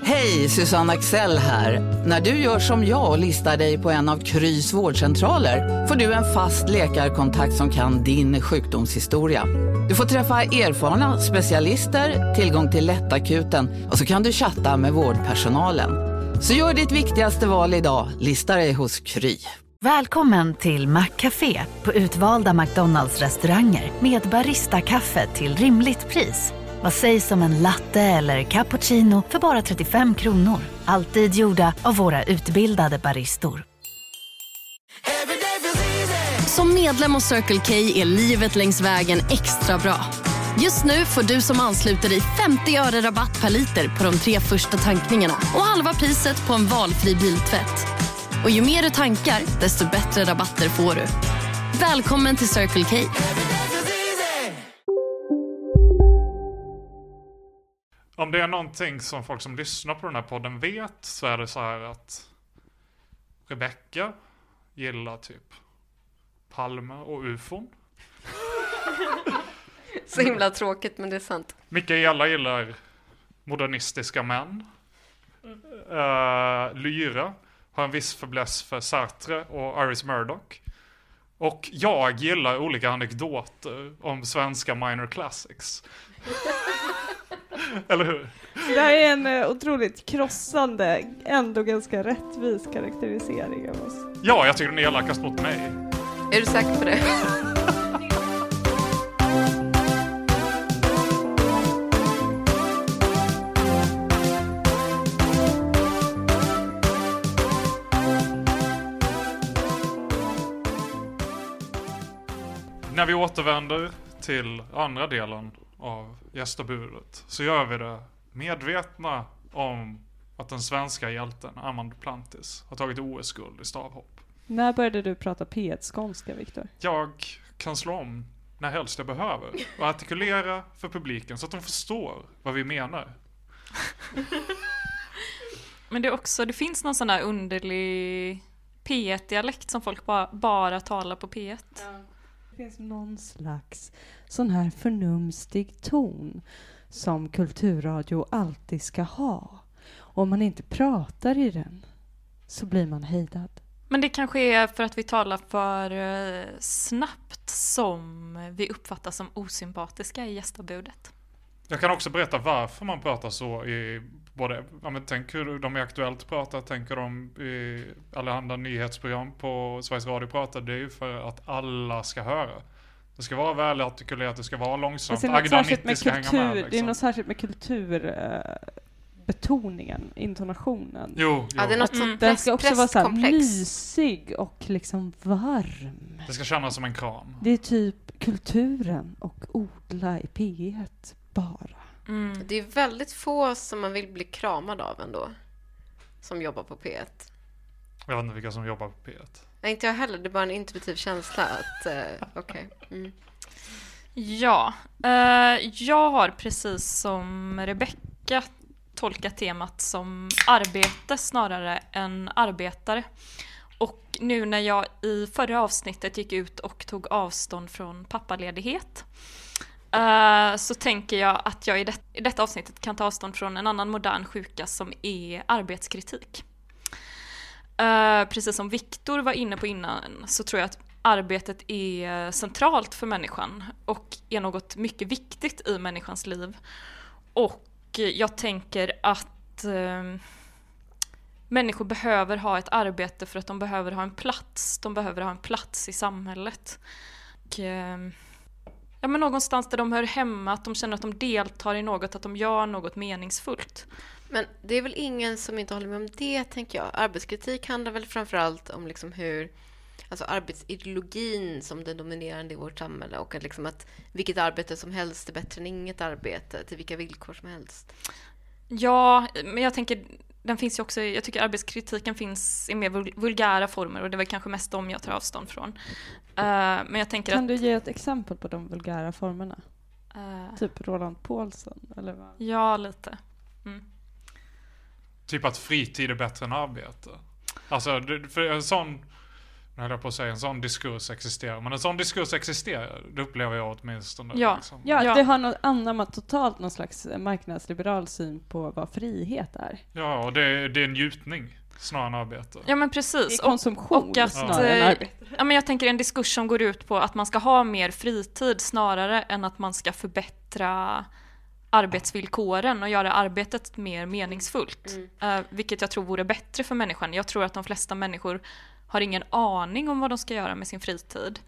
Hej, Susanne Axel här. När du gör som jag och listar dig på en av Krys vårdcentraler får du en fast läkarkontakt som kan din sjukdomshistoria. Du får träffa erfarna specialister, tillgång till lättakuten och så kan du chatta med vårdpersonalen. Så gör ditt viktigaste val idag, lista dig hos Kry. Välkommen till Maccafé på utvalda McDonalds-restauranger med Barista-kaffe till rimligt pris. Vad sägs om en latte eller cappuccino för bara 35 kronor? Alltid gjorda av våra utbildade baristor. Som medlem hos Circle K är livet längs vägen extra bra. Just nu får du som ansluter dig 50 öre rabatt per liter på de 3 första tankningarna och halva priset på en valfri biltvätt. Och ju mer du tankar, desto bättre rabatter får du. Välkommen till Circle K. Om det är någonting som folk som lyssnar på den här podden vet, så är det så här att Rebecca gillar typ Palme och UFOn. Så himla tråkigt, men det är sant. Mikaela gillar modernistiska män. Lyra har en viss fäbless för Sartre och Iris Murdoch. Och jag gillar olika anekdoter om svenska minor classics. Eller hur? Det här är en otroligt krossande, ändå ganska rättvis karaktärisering av oss. Ja, jag tycker den är elakast mot mig. Är du säker på det? När vi återvänder till andra delen av gästabudet så gör vi det medvetna om att den svenska hjälten Armand Duplantis har tagit OS-guld i stavhopp. När började du prata P1-skånska, Viktor? Jag kan slå om när helst jag behöver och artikulera för publiken så att de förstår vad vi menar. Men det är också, det finns någon sån här underlig P1-dialekt som folk bara talar på P1. Ja. Det finns någon slags sån här förnumstig ton som kulturradio alltid ska ha. Om man inte pratar i den så blir man hejdad. Men det kanske är för att vi talar för snabbt som vi uppfattas som osympatiska i gästabudet. Jag kan också berätta varför man pratar så i både, ja men tänk hur de i Aktuellt pratar, tänker de i allehanda nyhetsprogram på Sveriges Radio pratar, det är ju för att alla ska höra. Det ska vara väl artikulerat, det ska vara långsamt. Agda 90 ska hänga med. Liksom. Det är något särskilt med kulturbetoningen, intonationen. Jo. Ja, det är något sånt den ska också vara så här mysig och liksom varm. Det ska kännas som en kram. Det är typ kulturen och odla i P1 bara. Mm. Det är väldigt få som man vill bli kramad av ändå, som jobbar på P1. Jag vet inte vilka som jobbar på P1. Nej, inte jag heller. Det är bara en intuitiv känsla att okej. Mm. Ja, jag har precis som Rebecca tolkat temat som arbete snarare än arbetare. Och nu när jag i förra avsnittet gick ut och tog avstånd från pappaledighet så tänker jag att jag i detta avsnittet kan ta avstånd från en annan modern sjuka som är arbetskritik. Precis som Viktor var inne på innan så tror jag att arbetet är centralt för människan och är något mycket viktigt i människans liv. Och jag tänker att människor behöver ha ett arbete för att de behöver ha en plats. De behöver ha en plats i samhället. Och, ja, men någonstans där de hör hemma, att de känner att de deltar i något, att de gör något meningsfullt. Men det är väl ingen som inte håller med om det, tänker jag. Arbetskritik handlar väl framförallt om liksom hur, alltså arbetsideologin som den dominerande i vårt samhälle, och att, liksom att vilket arbete som helst är bättre än inget arbete, till vilka villkor som helst. Ja, men jag tänker, den finns ju också, jag tycker arbetskritiken finns i mer vulgära former, och det är väl kanske mest dem jag tar avstånd från. Men jag tänker kan du ge ett exempel på de vulgära formerna? Typ Roland Paulsen, eller vad? Ja, lite. Mm. Typ att fritid är bättre än arbete. Alltså, för en sån Nu höll jag på att säga en sån diskurs existerar. Men en sån diskurs existerar, det upplever jag åtminstone. Ja. Liksom. Ja, det har anammat totalt någon slags marknadsliberal syn på vad frihet är. Ja, och det är en njutning snarare än arbete. Ja, men Det precis. är konsumtion och att, snarare än arbete. Ja, men jag tänker en diskurs som går ut på att man ska ha mer fritid snarare än att man ska förbättra arbetsvillkoren och göra arbetet mer meningsfullt. Vilket jag tror vore bättre för människan. Jag tror att de flesta människor har ingen aning om vad de ska göra med sin fritid.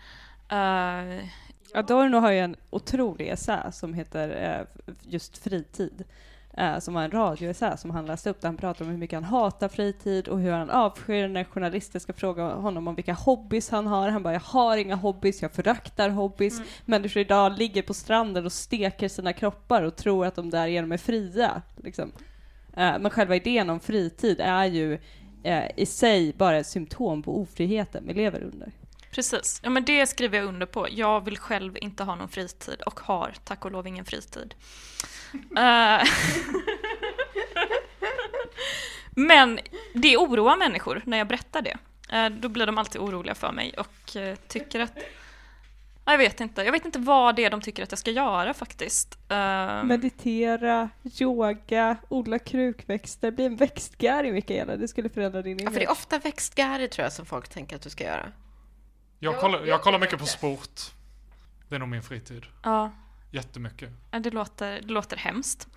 Adorno har ju en otrolig essä som heter just fritid. Som var en radioessä som han läste upp där han pratar om hur mycket han hatar fritid och hur han avskyr när journalister ska fråga honom om vilka hobbies han har. Han bara, jag har inga hobbies, jag föraktar hobbies. Människor idag ligger på stranden och steker sina kroppar och tror att de därigenom är fria. Liksom. Men själva idén om fritid är ju i sig bara ett symptom på ofriheten vi lever under. Precis, ja, men det skriver jag under på. Jag vill själv inte ha någon fritid och har tack och lov ingen fritid. Men det oroar människor när jag berättar det. Då blir de alltid oroliga för mig och tycker att jag vet inte vad det är de tycker att jag ska göra faktiskt. Meditera, yoga, odla krukväxter, bli en växtgäri, Mikaela. Det skulle förändra din image. Ja, för det är ofta växtgäri tror jag som folk tänker att du ska göra. Jag kollar mycket på sport. Det är nog min fritid. Ja. Jättemycket. Det låter hemskt.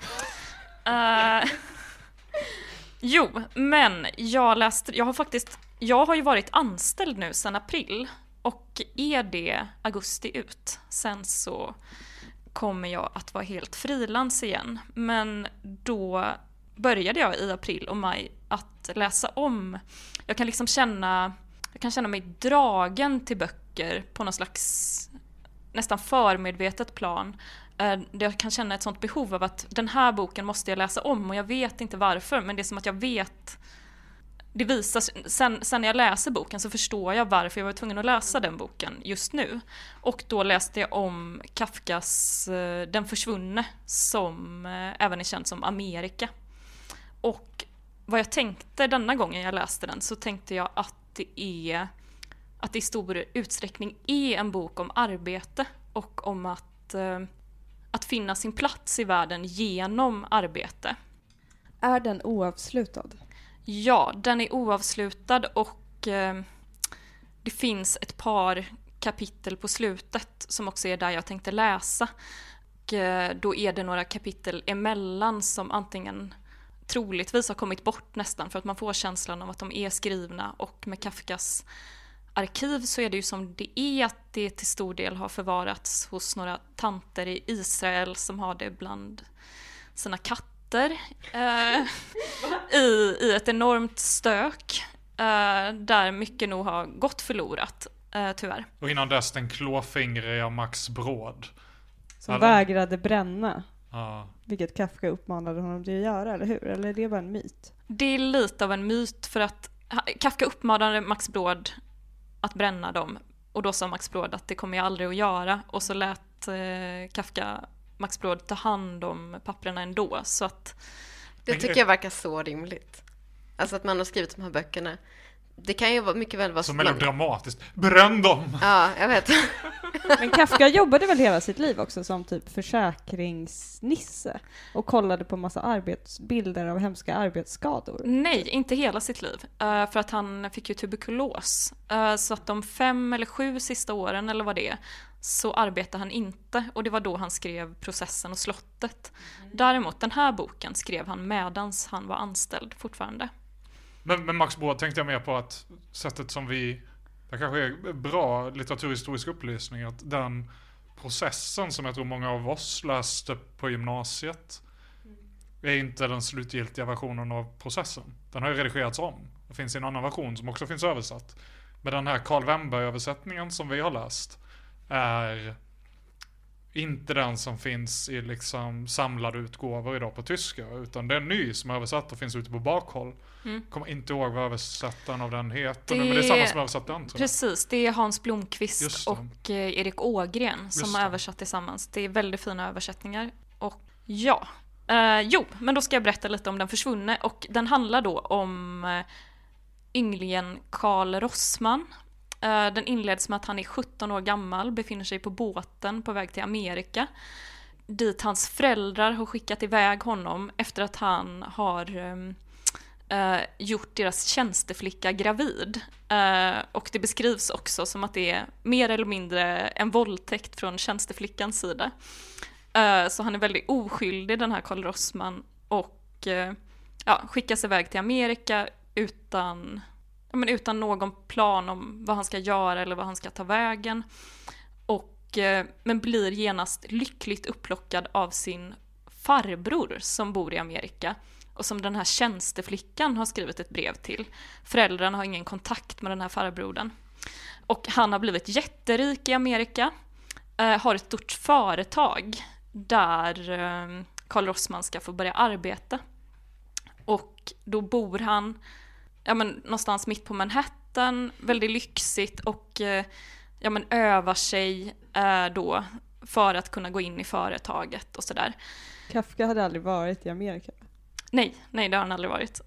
Jo, men jag har ju varit anställd nu sedan april och är det augusti ut. Sen så kommer jag att vara helt frilans igen. Men då började jag i april och maj att läsa om. Jag kan känna mig dragen till böcker på någon slags nästan förmedvetet plan. Jag kan känna ett sånt behov av att den här boken måste jag läsa om och jag vet inte varför, men det är som att jag vet. Det visar sen när jag läser boken så förstår jag varför jag var tvungen att läsa den boken just nu. Och då läste jag om Kafkas Den försvunne som även är känd som Amerika. Och vad jag tänkte denna gången jag läste den så tänkte jag att det i stor utsträckning är en bok om arbete och om att finna sin plats i världen genom arbete. Är den oavslutad? Ja, den är oavslutad och det finns ett par kapitel på slutet som också är där jag tänkte läsa. Och då är det några kapitel emellan som antingen troligtvis har kommit bort nästan för att man får känslan av att de är skrivna, och med Kafkas arkiv så är det ju som det är att det till stor del har förvarats hos några tanter i Israel som har det bland sina katter i ett enormt stök där mycket nog har gått förlorat tyvärr. Och innan dess den klåfingriga Max Brod. Som vägrade bränna. Ja. Vilket Kafka uppmanade honom till att göra, eller hur? Eller är det bara en myt? Det är lite av en myt för att Kafka uppmanade Max Brod att bränna dem. Och då sa Max Brod att det kommer jag aldrig att göra. Och så lät Kafka Max Brod ta hand om papperna ändå. Så att det tycker jag verkar så rimligt. Alltså att man har skrivit de här böckerna. Det kan ju mycket väl vara så melodramatiskt. Bränn dem! Ja, jag vet. Men Kafka jobbade väl hela sitt liv också som typ försäkringsnisse och kollade på massa bilder av hemska arbetsskador? Nej, inte hela sitt liv. För att han fick ju tuberkulos. Så att de 5 eller 7 sista åren, eller vad det är, så arbetade han inte. Och det var då han skrev Processen och slottet. Däremot den här boken skrev han medans han var anställd fortfarande. Men Max Brod tänkte jag mer på att sättet som det kanske är bra litteraturhistorisk upplysning, att den processen som jag tror många av oss läste på gymnasiet är inte den slutgiltiga versionen av processen. Den har ju redigerats om. Det finns en annan version som också finns översatt. Men den här Karl Wennberg-översättningen som vi har läst är inte den som finns i liksom samlade utgåvor idag på tyska, utan det är en ny som är översatt och finns ute på bakhåll. Kommer inte ihåg vad översättaren av den heter nu, men det är samma som översatt den, tror jag. Precis, det är Hans Blomqvist och Erik Ågren som har översatt tillsammans. Det är väldigt fina översättningar. Och ja, men då ska jag berätta lite om Den försvunne, och den handlar då om ynglingen Karl Rossman Den inleds med att han är 17 år gammal, befinner sig på båten på väg till Amerika, dit hans föräldrar har skickat iväg honom efter att han har gjort deras tjänsteflicka gravid. Och det beskrivs också som att det är mer eller mindre en våldtäkt från tjänsteflickans sida. Så han är väldigt oskyldig, den här Carl Rossman, och skickas iväg till Amerika utan någon plan om vad han ska göra eller vad han ska ta vägen. Men blir genast lyckligt upplockad av sin farbror som bor i Amerika och som den här tjänsteflickan har skrivit ett brev till. Föräldrarna har ingen kontakt med den här farbrodern. Och han har blivit jätterik i Amerika, har ett stort företag där Carl Rossman ska få börja arbeta. Och då bor han någonstans mitt på Manhattan, väldigt lyxigt, och övar sig då för att kunna gå in i företaget och sådär. Kafka hade aldrig varit i Amerika? Nej, det har han aldrig varit.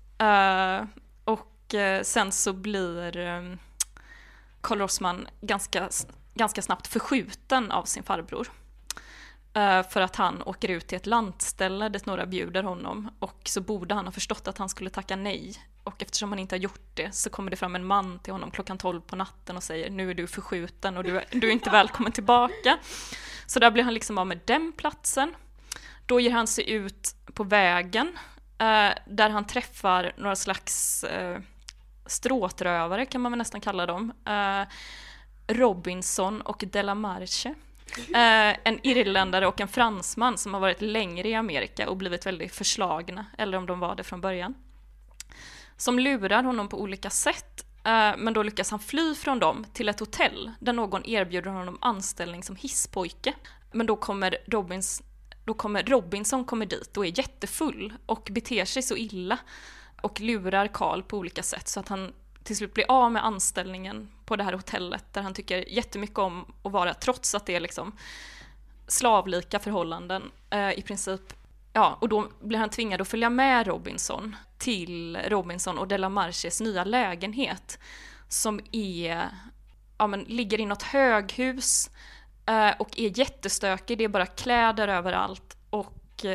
Sen så blir Carl Rossman ganska snabbt förskjuten av sin farbror. För att han åker ut till ett landställe dit några bjuder honom, och så borde han ha förstått att han skulle tacka nej. Och eftersom han inte har gjort det så kommer det fram en man till honom klockan 12 på natten och säger: nu är du förskjuten och du är inte välkommen tillbaka. Så där blir han liksom av med den platsen. Då ger han sig ut på vägen där han träffar några slags stråtrövare, kan man väl nästan kalla dem. Robinson och Delamarche. En irländare och en fransman som har varit längre i Amerika och blivit väldigt förslagna, eller om de var det från början, som lurar honom på olika sätt, men då lyckas han fly från dem till ett hotell där någon erbjuder honom anställning som hisspojke. Men då kommer Robinson kommer dit och är jättefull och beter sig så illa och lurar Carl på olika sätt så att han till slut blir av med anställningen på det här hotellet där han tycker jättemycket om att vara, trots att det är liksom slavlika förhållanden i princip. Ja, och då blir han tvingad att följa med Robinson till Robinson och Delamarches nya lägenhet som ligger i något höghus och är jättestökig. Det är bara kläder överallt, och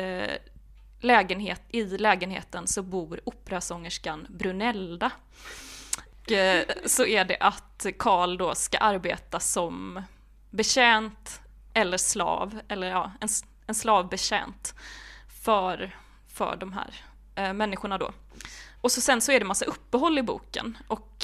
i lägenheten så bor operasångerskan Brunelda. Så är det att Carl då ska arbeta som betjänt eller slav, eller en slavbetjänt för de här människorna då. Och sen så är det massa uppehåll i boken, och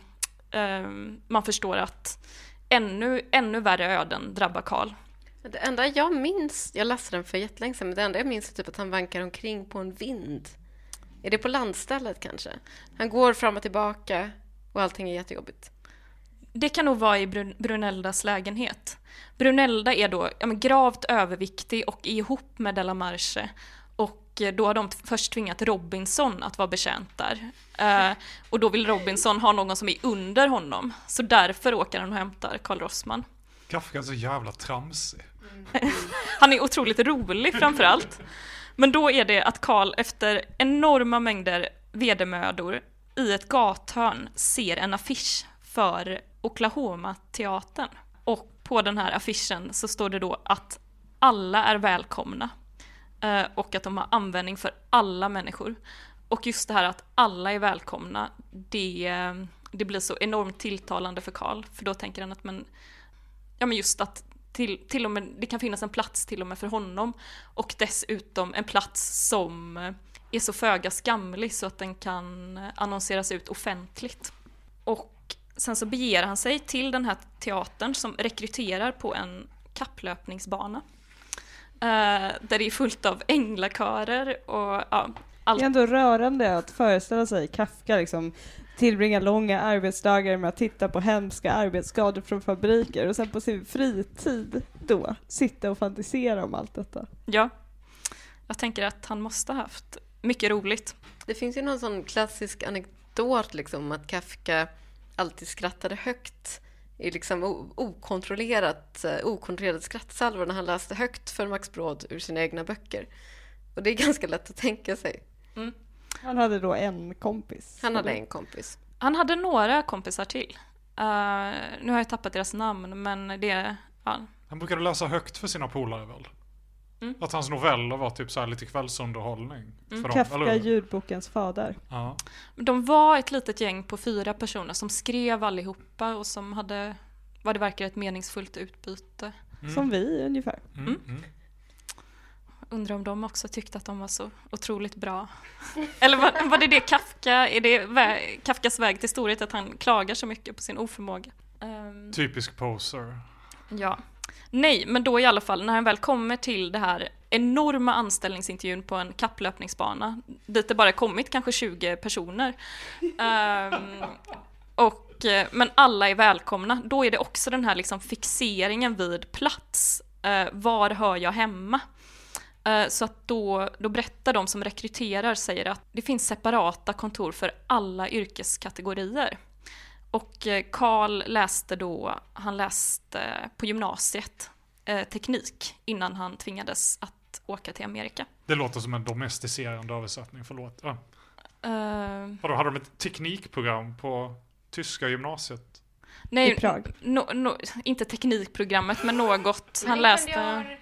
man förstår att ännu värre öden drabbar Carl. Det enda jag minns, jag läste den för jättelänge sedan, men det enda jag minns är typ att han vankar omkring på en vind. Är det på landstället kanske? Han går fram och tillbaka och allting är jättejobbigt. Det kan nog vara i Bruneldas lägenhet. Brunelda är då gravt överviktig och är ihop med Delamarche. Och då har de först tvingat Robinson att vara betjänt där. Och då vill Robinson ha någon som är under honom. Så därför åker han och hämtar Carl Rossman. Kafka är så jävla tramsig. Han är otroligt rolig framförallt. Men då är det att Carl efter enorma mängder vedermödor i ett gathörn ser en affisch för Oklahoma-teatern. Och på den här affischen så står det då att alla är välkomna och att de har användning för alla människor. Och just det här att alla är välkomna, det blir så enormt tilltalande för Carl. För då tänker han att just att till och med, det kan finnas en plats till och med för honom, och dessutom en plats som är så föga skamlig så att den kan annonseras ut offentligt. Och sen så beger han sig till den här teatern som rekryterar på en kapplöpningsbana där det är fullt av änglakörer och allt. Det är ändå rörande att föreställa sig Kafka liksom tillbringa långa arbetsdagar med att titta på hemska arbetsskador från fabriker och sen på sin fritid då sitta och fantisera om allt detta. Ja, jag tänker att han måste ha haft mycket roligt. Det finns ju någon sån klassisk anekdot liksom, att Kafka alltid skrattade högt i liksom okontrollerat skrattsalvor när han läste högt för Max Brod ur sina egna böcker. Och det är ganska lätt att tänka sig. Han hade då en kompis. Han hade en kompis. Han hade några kompisar till. Nu har jag tappat deras namn, men det... Ja. Han brukade läsa högt för sina polare väl? Att hans noveller var typ så här lite kvällsunderhållning. För dem, Kafka, ljudbokens fader. Ja. De var ett litet gäng på 4 personer som skrev allihopa och som hade, vad det verkar, ett meningsfullt utbyte. Som vi ungefär. Undrar om de också tyckte att de var så otroligt bra. Eller var det Kafka, är det Kafkas väg till storhet att han klagar så mycket på sin oförmåga? Typisk poser. Ja. Nej, men då i alla fall när han väl kommer till det här enorma anställningsintervjun på en kapplöpningsbana dit det bara kommit kanske 20 personer. Men alla är välkomna. Då är det också den här liksom fixeringen vid plats. Var hör jag hemma? Så att då berättar de som rekryterar, säger att det finns separata kontor för alla yrkeskategorier. Och Karl läste på gymnasiet teknik innan han tvingades att åka till Amerika. Det låter som en domesticerande översättning, förlåt. Ja. Vadå, hade de ett teknikprogram på tyska gymnasiet? Nej, i Prag? Inte teknikprogrammet, men något. Han läste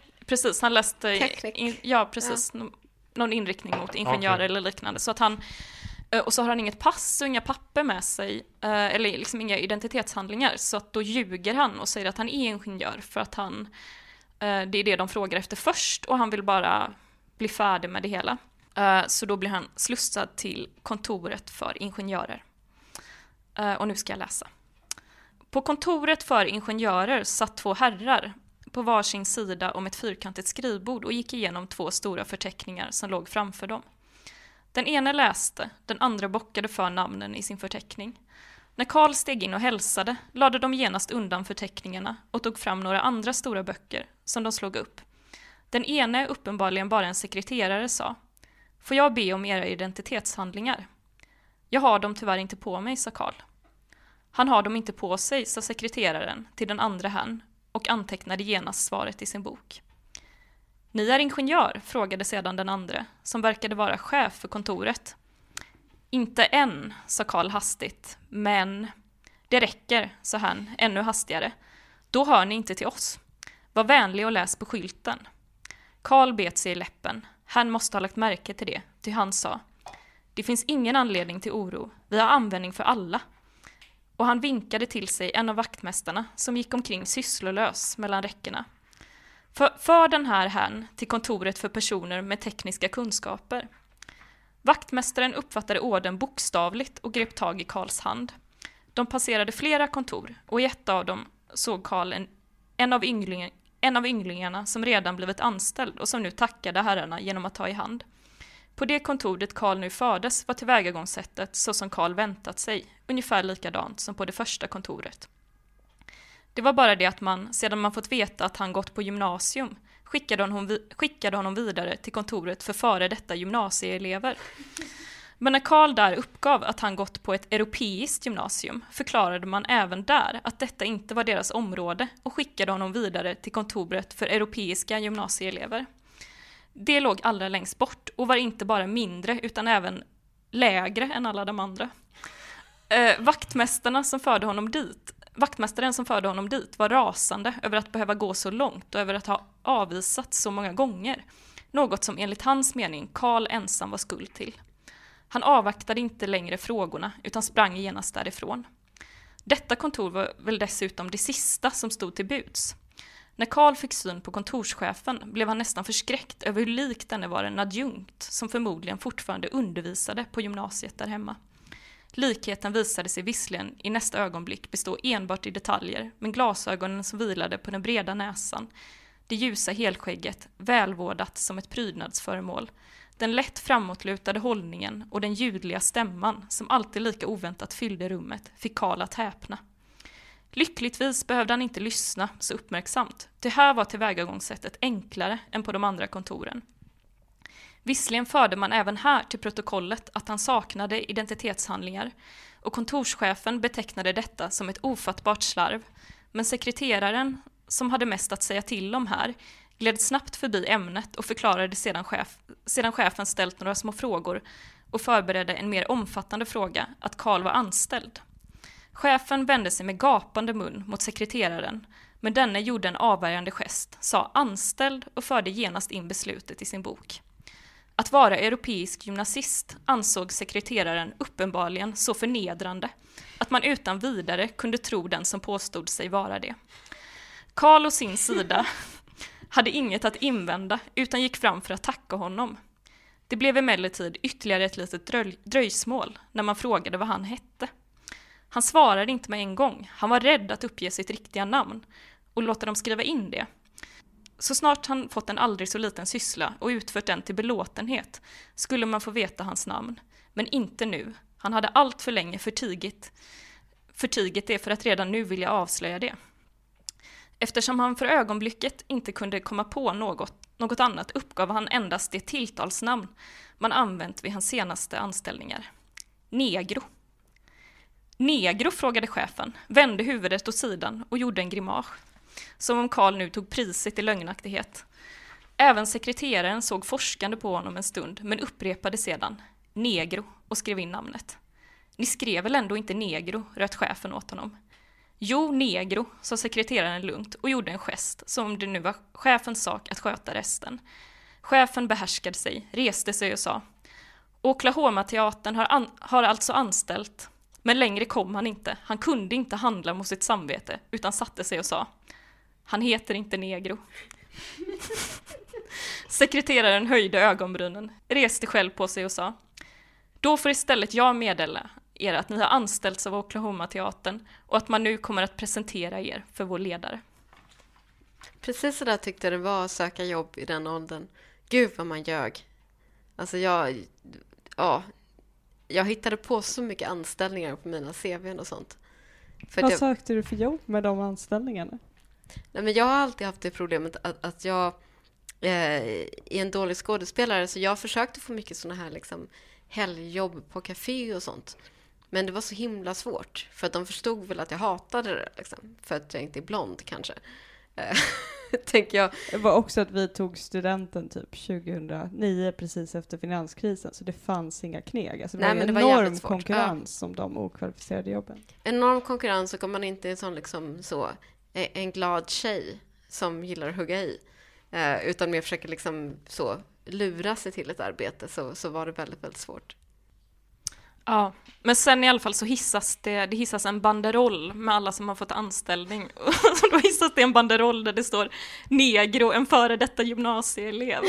någon inriktning mot ingenjörer eller liknande. Så att han... Och så har han inget pass och inga papper med sig, eller liksom inga identitetshandlingar. Så att då ljuger han och säger att han är ingenjör för att det är det de frågar efter först och han vill bara bli färdig med det hela. Så då blir han slussad till kontoret för ingenjörer. Och nu ska jag läsa. På kontoret för ingenjörer satt 2 herrar på varsin sida om ett fyrkantigt skrivbord och gick igenom 2 stora förteckningar som låg framför dem. Den ene läste, den andra bockade för namnen i sin förteckning. När Karl steg in och hälsade lade de genast undan förteckningarna och tog fram några andra stora böcker som de slog upp. Den ene, uppenbarligen bara en sekreterare, sa: "Får jag be om era identitetshandlingar?" "Jag har dem tyvärr inte på mig", sa Karl. "Han har dem inte på sig", sa sekreteraren till den andra herrn och antecknade genast svaret i sin bok. "Ni är ingenjör?" frågade sedan den andra, som verkade vara chef för kontoret. "Inte än", sa Karl hastigt, "men..." "Det räcker", sa han ännu hastigare. "Då hör ni inte till oss. Var vänlig och läs på skylten." Karl bet sig i läppen. Han måste ha lagt märke till det, ty han sa: "Det finns ingen anledning till oro. Vi har användning för alla." Och han vinkade till sig en av vaktmästarna som gick omkring sysslolös mellan räckorna. För den här herrn till kontoret för personer med tekniska kunskaper. Vaktmästaren uppfattade orden bokstavligt och grep tag i Karls hand. De passerade flera kontor och i ett av dem såg Karl en av ynglingarna som redan blivit anställd och som nu tackade herrarna genom att ta i hand. På det kontor dit Karl nu fördes var tillvägagångssättet så som Karl väntat sig, ungefär likadant som på det första kontoret. Det var bara det att man, sedan man fått veta att han gått på gymnasium, skickade honom vidare till kontoret för före detta gymnasieelever. Men när Karl där uppgav att han gått på ett europeiskt gymnasium förklarade man även där att detta inte var deras område och skickade honom vidare till kontoret för europeiska gymnasieelever. Det låg allra längst bort och var inte bara mindre utan även lägre än alla de andra. Vaktmästaren som förde honom dit var rasande över att behöva gå så långt och över att ha avvisats så många gånger. Något som enligt hans mening Karl ensam var skuld till. Han avvaktade inte längre frågorna utan sprang genast därifrån. Detta kontor var väl dessutom det sista som stod till buds. När Karl fick syn på kontorschefen blev han nästan förskräckt över hur lik denne var en adjunkt som förmodligen fortfarande undervisade på gymnasiet där hemma. Likheten visade sig visserligen i nästa ögonblick bestå enbart i detaljer, men glasögonen som vilade på den breda näsan, det ljusa helskägget, välvårdat som ett prydnadsföremål, den lätt framåtlutade hållningen och den ljudliga stämman som alltid lika oväntat fyllde rummet fick Karl att häpna. Lyckligtvis behövde han inte lyssna så uppmärksamt. Det här var tillvägagångssättet enklare än på de andra kontoren. Visserligen förde man även här till protokollet att han saknade identitetshandlingar och kontorschefen betecknade detta som ett ofattbart slarv, men sekreteraren, som hade mest att säga till om här, gled snabbt förbi ämnet och förklarade sedan chefen ställt några små frågor och förberedde en mer omfattande fråga att Karl var anställd. Chefen vände sig med gapande mun mot sekreteraren, men denne gjorde en avvärjande gest, sa anställd och förde genast in beslutet i sin bok. Att vara europeisk gymnasist ansåg sekreteraren uppenbarligen så förnedrande att man utan vidare kunde tro den som påstod sig vara det. Karl å sin sida hade inget att invända utan gick fram för att tacka honom. Det blev emellertid ytterligare ett litet dröjsmål när man frågade vad han hette. Han svarade inte med en gång. Han var rädd att uppge sitt riktiga namn och låta dem skriva in det. Så snart han fått en aldrig så liten syssla och utfört den till belåtenhet skulle man få veta hans namn. Men inte nu. Han hade allt för länge förtigit det för att redan nu vilja avslöja det. Eftersom han för ögonblicket inte kunde komma på något annat uppgav han endast det tilltalsnamn man använt vid hans senaste anställningar. Negro. Negro, frågade chefen, vände huvudet åt sidan och gjorde en grimas. Som om Karl nu tog priset i lögnaktighet. Även sekreteraren såg forskande på honom en stund, men upprepade sedan negro och skrev in namnet. Ni skrev väl ändå inte negro, röt chefen åt honom. Jo, negro, sa sekreteraren lugnt och gjorde en gest, som om det nu var chefens sak att sköta resten. Chefen behärskade sig, reste sig och sa: Oklahoma-teatern har alltså anställt, men längre kom han inte. Han kunde inte handla mot sitt samvete, utan satte sig och sa: han heter inte negro. Sekreteraren höjde ögonbrynen, reste själv på sig och sa: då får istället jag meddela er att ni har anställts av Oklahoma-teatern och att man nu kommer att presentera er för vår ledare. Precis så där tyckte jag det var att söka jobb i den åldern. Gud vad man ljög. Alltså jag hittade på så mycket anställningar på mina CV:n och sånt. Vad sökte du för jobb med de anställningarna? Nej, men jag har alltid haft det problemet att jag är en dålig skådespelare, så jag försökte få mycket såna här liksom helgjobb på café och sånt. Men det var så himla svårt, för att de förstod väl att jag hatade det liksom, för att jag inte är blond kanske. Tänker jag. Det var också att vi tog studenten typ 2009 precis efter finanskrisen, så det fanns inga kneg. Alltså det var en enorm konkurrens om de okvalificerade jobben. Enorm konkurrens, och om man inte är sån liksom så en glad tjej som gillar att hugga i, utan mer försöker liksom så lura sig till ett arbete, så var det väldigt, väldigt svårt. Ja, men sen i alla fall så hissas det hissas en banderoll med alla som har fått anställning. Och då hissas det en banderoll där det står negro, en före detta gymnasieelev.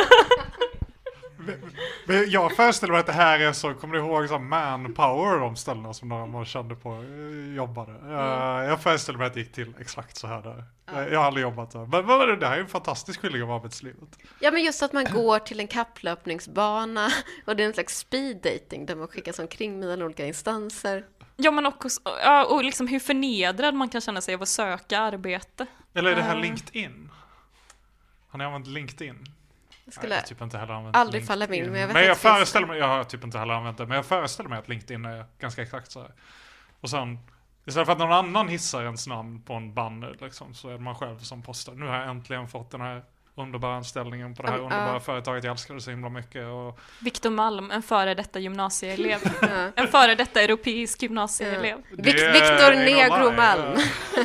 Jag föreställer mig att det här är så, kommer du ihåg så manpower, de ställena som man kände på jobbade. Jag föreställer mig att det gick till exakt så här där. Jag har aldrig jobbat där. Men det här är en fantastisk skildring av arbetslivet. Ja, men just att man går till en kapplöpningsbana och det är en slags speed dating där man skickas omkring mellan olika instanser. Ja, men också, och liksom hur förnedrad man kan känna sig av att söka arbete. Eller är det här LinkedIn? Har ni använt LinkedIn? Jag skulle jag typ inte heller använt aldrig LinkedIn. falla min, men jag vet men jag föreställer mig, jag har typ inte heller använt det, men jag föreställer mig att LinkedIn är ganska exakt så här. Och sen, istället för att någon annan hissar ens namn på en banner liksom, så är det man själv som postar. Nu har jag äntligen fått den här underbara anställningen på det här underbara företaget jag älskade så himla mycket. Och Victor Malm, en före detta gymnasieelev. En före detta europeisk gymnasieelev. Victor Negro Malm.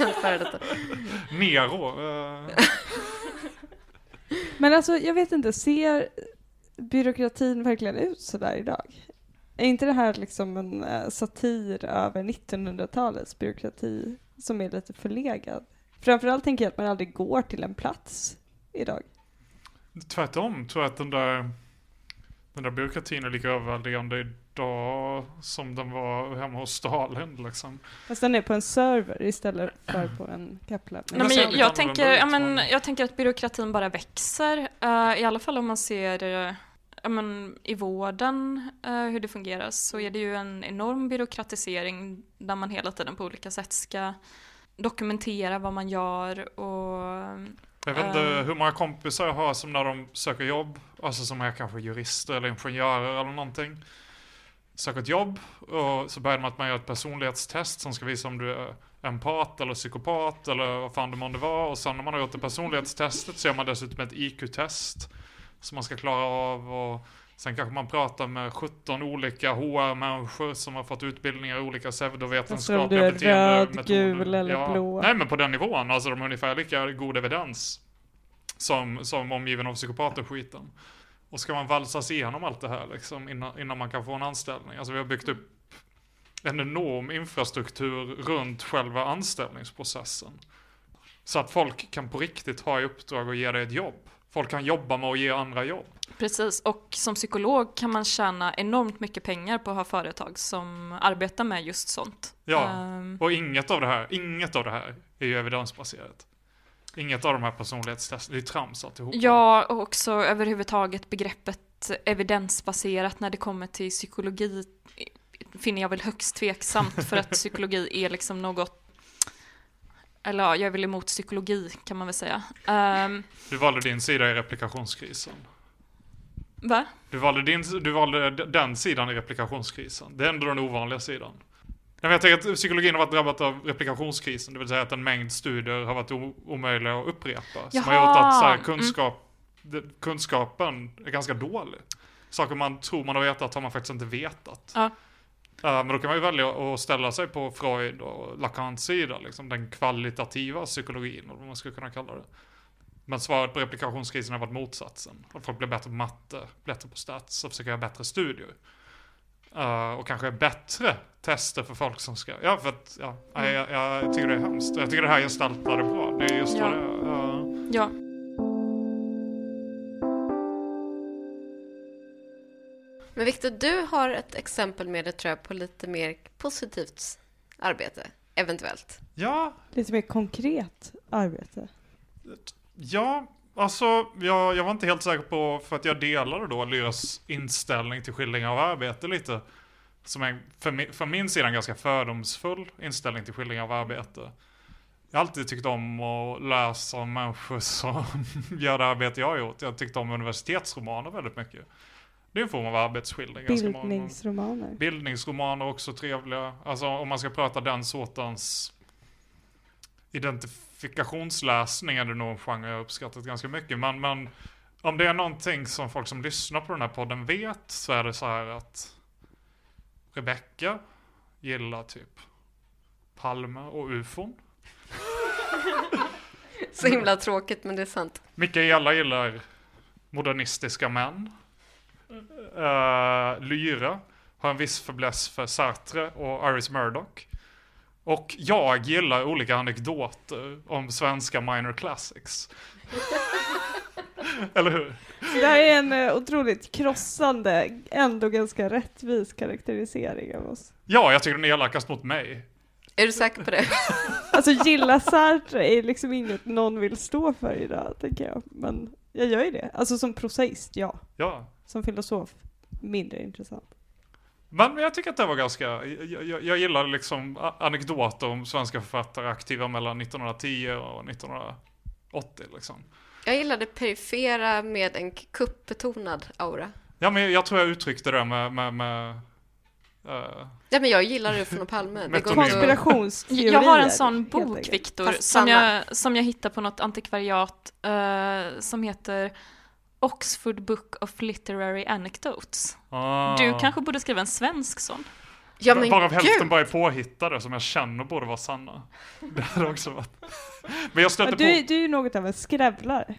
Nero. Men alltså, jag vet inte, ser byråkratin verkligen ut så där idag? Är inte det här liksom en satir över 1900-talets byråkrati som är lite förlegad? Framförallt tänker jag att man aldrig går till en plats idag. Tvärtom, tror jag att den där byråkratin är lika överväldigande idag som den var hemma hos Stalin liksom. Fast den är på en server istället för på en kapplöpning. Nej, men jag tänker att byråkratin bara växer. I alla fall om man ser i vården hur det fungerar, så är det ju en enorm byråkratisering där man hela tiden på olika sätt ska dokumentera vad man gör. Och jag vet inte hur många kompisar jag har som när de söker jobb, alltså som är kanske jurister eller ingenjörer eller någonting, söker ett jobb och så börjar man att man gör ett personlighetstest som ska visa om du är empat eller psykopat eller vad fan det månde vara, och sen när man har gjort det personlighetstestet så gör man dessutom ett IQ-test som man ska klara av, och Sen kanske man pratar med 17 olika HR-människor som har fått utbildningar i olika pseudovetenskapliga beteendemetoder. Röd, gul eller blå. Nej, men på den nivån. Alltså de har ungefär lika god evidens som omgiven av psykopater-skiten. Och ska man valsas igenom allt det här liksom, innan man kan få en anställning. Alltså vi har byggt upp en enorm infrastruktur runt själva anställningsprocessen. Så att folk kan på riktigt ha i uppdrag att ge dig ett jobb. Folk kan jobba med att ge andra jobb. Precis, och som psykolog kan man tjäna enormt mycket pengar på att ha företag som arbetar med just sånt. Ja, och inget av det här är ju evidensbaserat. Inget av de här personlighetstesterna, det är trams alltihop. Ja, och också överhuvudtaget begreppet evidensbaserat när det kommer till psykologi finner jag väl högst tveksamt, för att psykologi är liksom något, eller ja, jag är väl emot psykologi kan man väl säga. Du valde din sida i replikationskrisen. Va? Du valde den sidan i replikationskrisen. Det är ändå den ovanliga sidan. Jag tänker att psykologin har varit drabbad av replikationskrisen, det vill säga att en mängd studier har varit omöjliga att upprepa. Som har gjort att så här, kunskapen är ganska dålig. Saker man tror man har vetat har man faktiskt inte vetat. Ja. Men då kan man ju välja att ställa sig på Freud och Lacans sida, liksom, den kvalitativa psykologin, eller vad man skulle kunna kalla det. Men svaret på replikationskrisen har varit motsatsen. Att folk blir bättre på matte, bättre på stats och försöker göra bättre studier. Och kanske bättre tester för folk som ska... Ja, för att jag tycker det är hemskt. Jag tycker det här gestaltar det bra. Det är just vad det är. Ja. Men Victor, du har ett exempel med det, tror jag, på lite mer positivt arbete, eventuellt. Ja. Lite mer konkret arbete. Ja, alltså jag var inte helt säker på, för att jag delade då Lyras inställning till skildringar av arbete lite. Som är för min sida en ganska fördomsfull inställning till skildringar av arbete. Jag har alltid tyckt om att läsa om människor som gör det arbete jag har gjort. Jag har tyckt om universitetsromaner väldigt mycket. Det är en form av arbetsskildring. Bildningsromaner. Bildningsromaner också trevliga. Alltså om man ska prata den sortens identifikationsläsning är det nog en genre jag uppskattat ganska mycket. Men om det är någonting som folk som lyssnar på den här podden vet, så är det så här att Rebecca gillar typ Palme och UFOn. Så himla tråkigt, men det är sant. Mikaela gillar modernistiska män. Lyra har en viss fäbless för Sartre och Iris Murdoch. Och jag gillar olika anekdoter om svenska minor classics. Eller hur? Det här är en otroligt krossande, ändå ganska rättvis karaktärisering av oss. Ja, jag tycker den är elakast mot mig. Är du säker på det? Alltså gilla Sartre är liksom inget någon vill stå för idag, tänker jag. Men jag gör ju det. Alltså som prosaist, ja. Som filosof, mindre intressant. Men jag tycker att det var ganska... Jag gillar liksom anekdoter om svenska författare aktiva mellan 1910 och 1980 liksom. Jag gillar det perifera med en kuppbetonad aura. Ja, men jag tror jag uttryckte det med ja, men jag gillar UFOn och Palme. Konspirationsteorier. Jag har en sån bok, Victor, som jag hittar på något antikvariat som heter Oxford Book of Literary Anecdotes. Du kanske borde skriva en svensk sån. Ja, men bara hälften bara är påhittade som jag känner borde vara sanna. Det hade också varit. Men jag stöter på... Du är ju något av en skrävlare.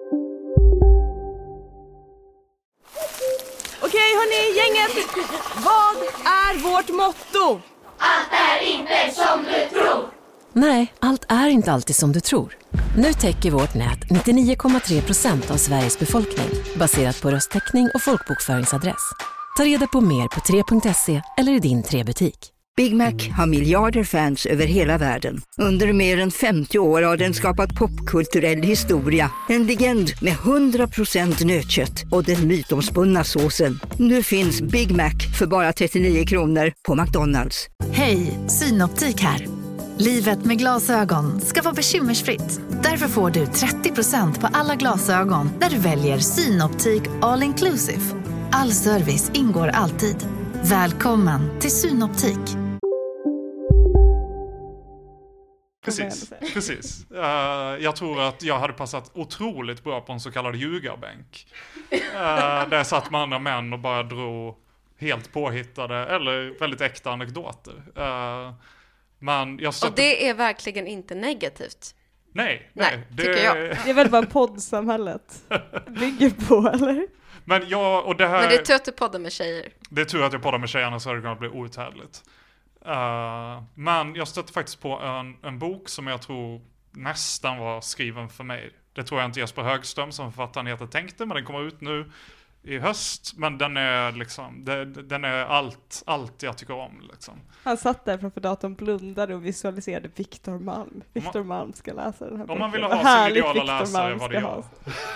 Okej, hörni, gänget. Vad är vårt motto? Allt är inte som du tror. Nej, allt är inte alltid som du tror. Nu täcker vårt nät 99,3% av Sveriges befolkning baserat på röstteckning och folkbokföringsadress. Ta reda på mer på 3.se eller i din 3-butik. Big Mac har miljarder fans över hela världen. Under mer än 50 år har den skapat popkulturell historia. En legend med 100% nötkött och den mytomspunna såsen. Nu finns Big Mac för bara 39 kronor på McDonalds. Hej, Synoptik här. Livet med glasögon ska vara bekymmersfritt. Därför får du 30% på alla glasögon när du väljer Synoptik All Inclusive. All service ingår alltid. Välkommen till Synoptik. Precis. Jag tror att jag hade passat otroligt bra på en så kallad ljugarbänk. Där satt med andra män och bara drog helt påhittade eller väldigt äkta anekdoter. Men jag och det är verkligen inte negativt. Nej, tycker jag. Det är väl bara poddsamhället bygger på, eller? Men det är tur att du poddar med tjejer. Det är tur att jag poddar med tjejerna, så hade det kunnat bli outhärdligt. Men jag stötte faktiskt på en bok som jag tror nästan var skriven för mig. Det tror jag inte Jesper Högström som författaren heter tänkte, men den kommer ut nu i höst. Men den är liksom, den är allt jag tycker om liksom. Han satt där framför datorn, blundade och visualiserade Viktor Malm. Viktor Malm ska läsa den här boken. Om man vill ha sin ideala läsare, vad det gör.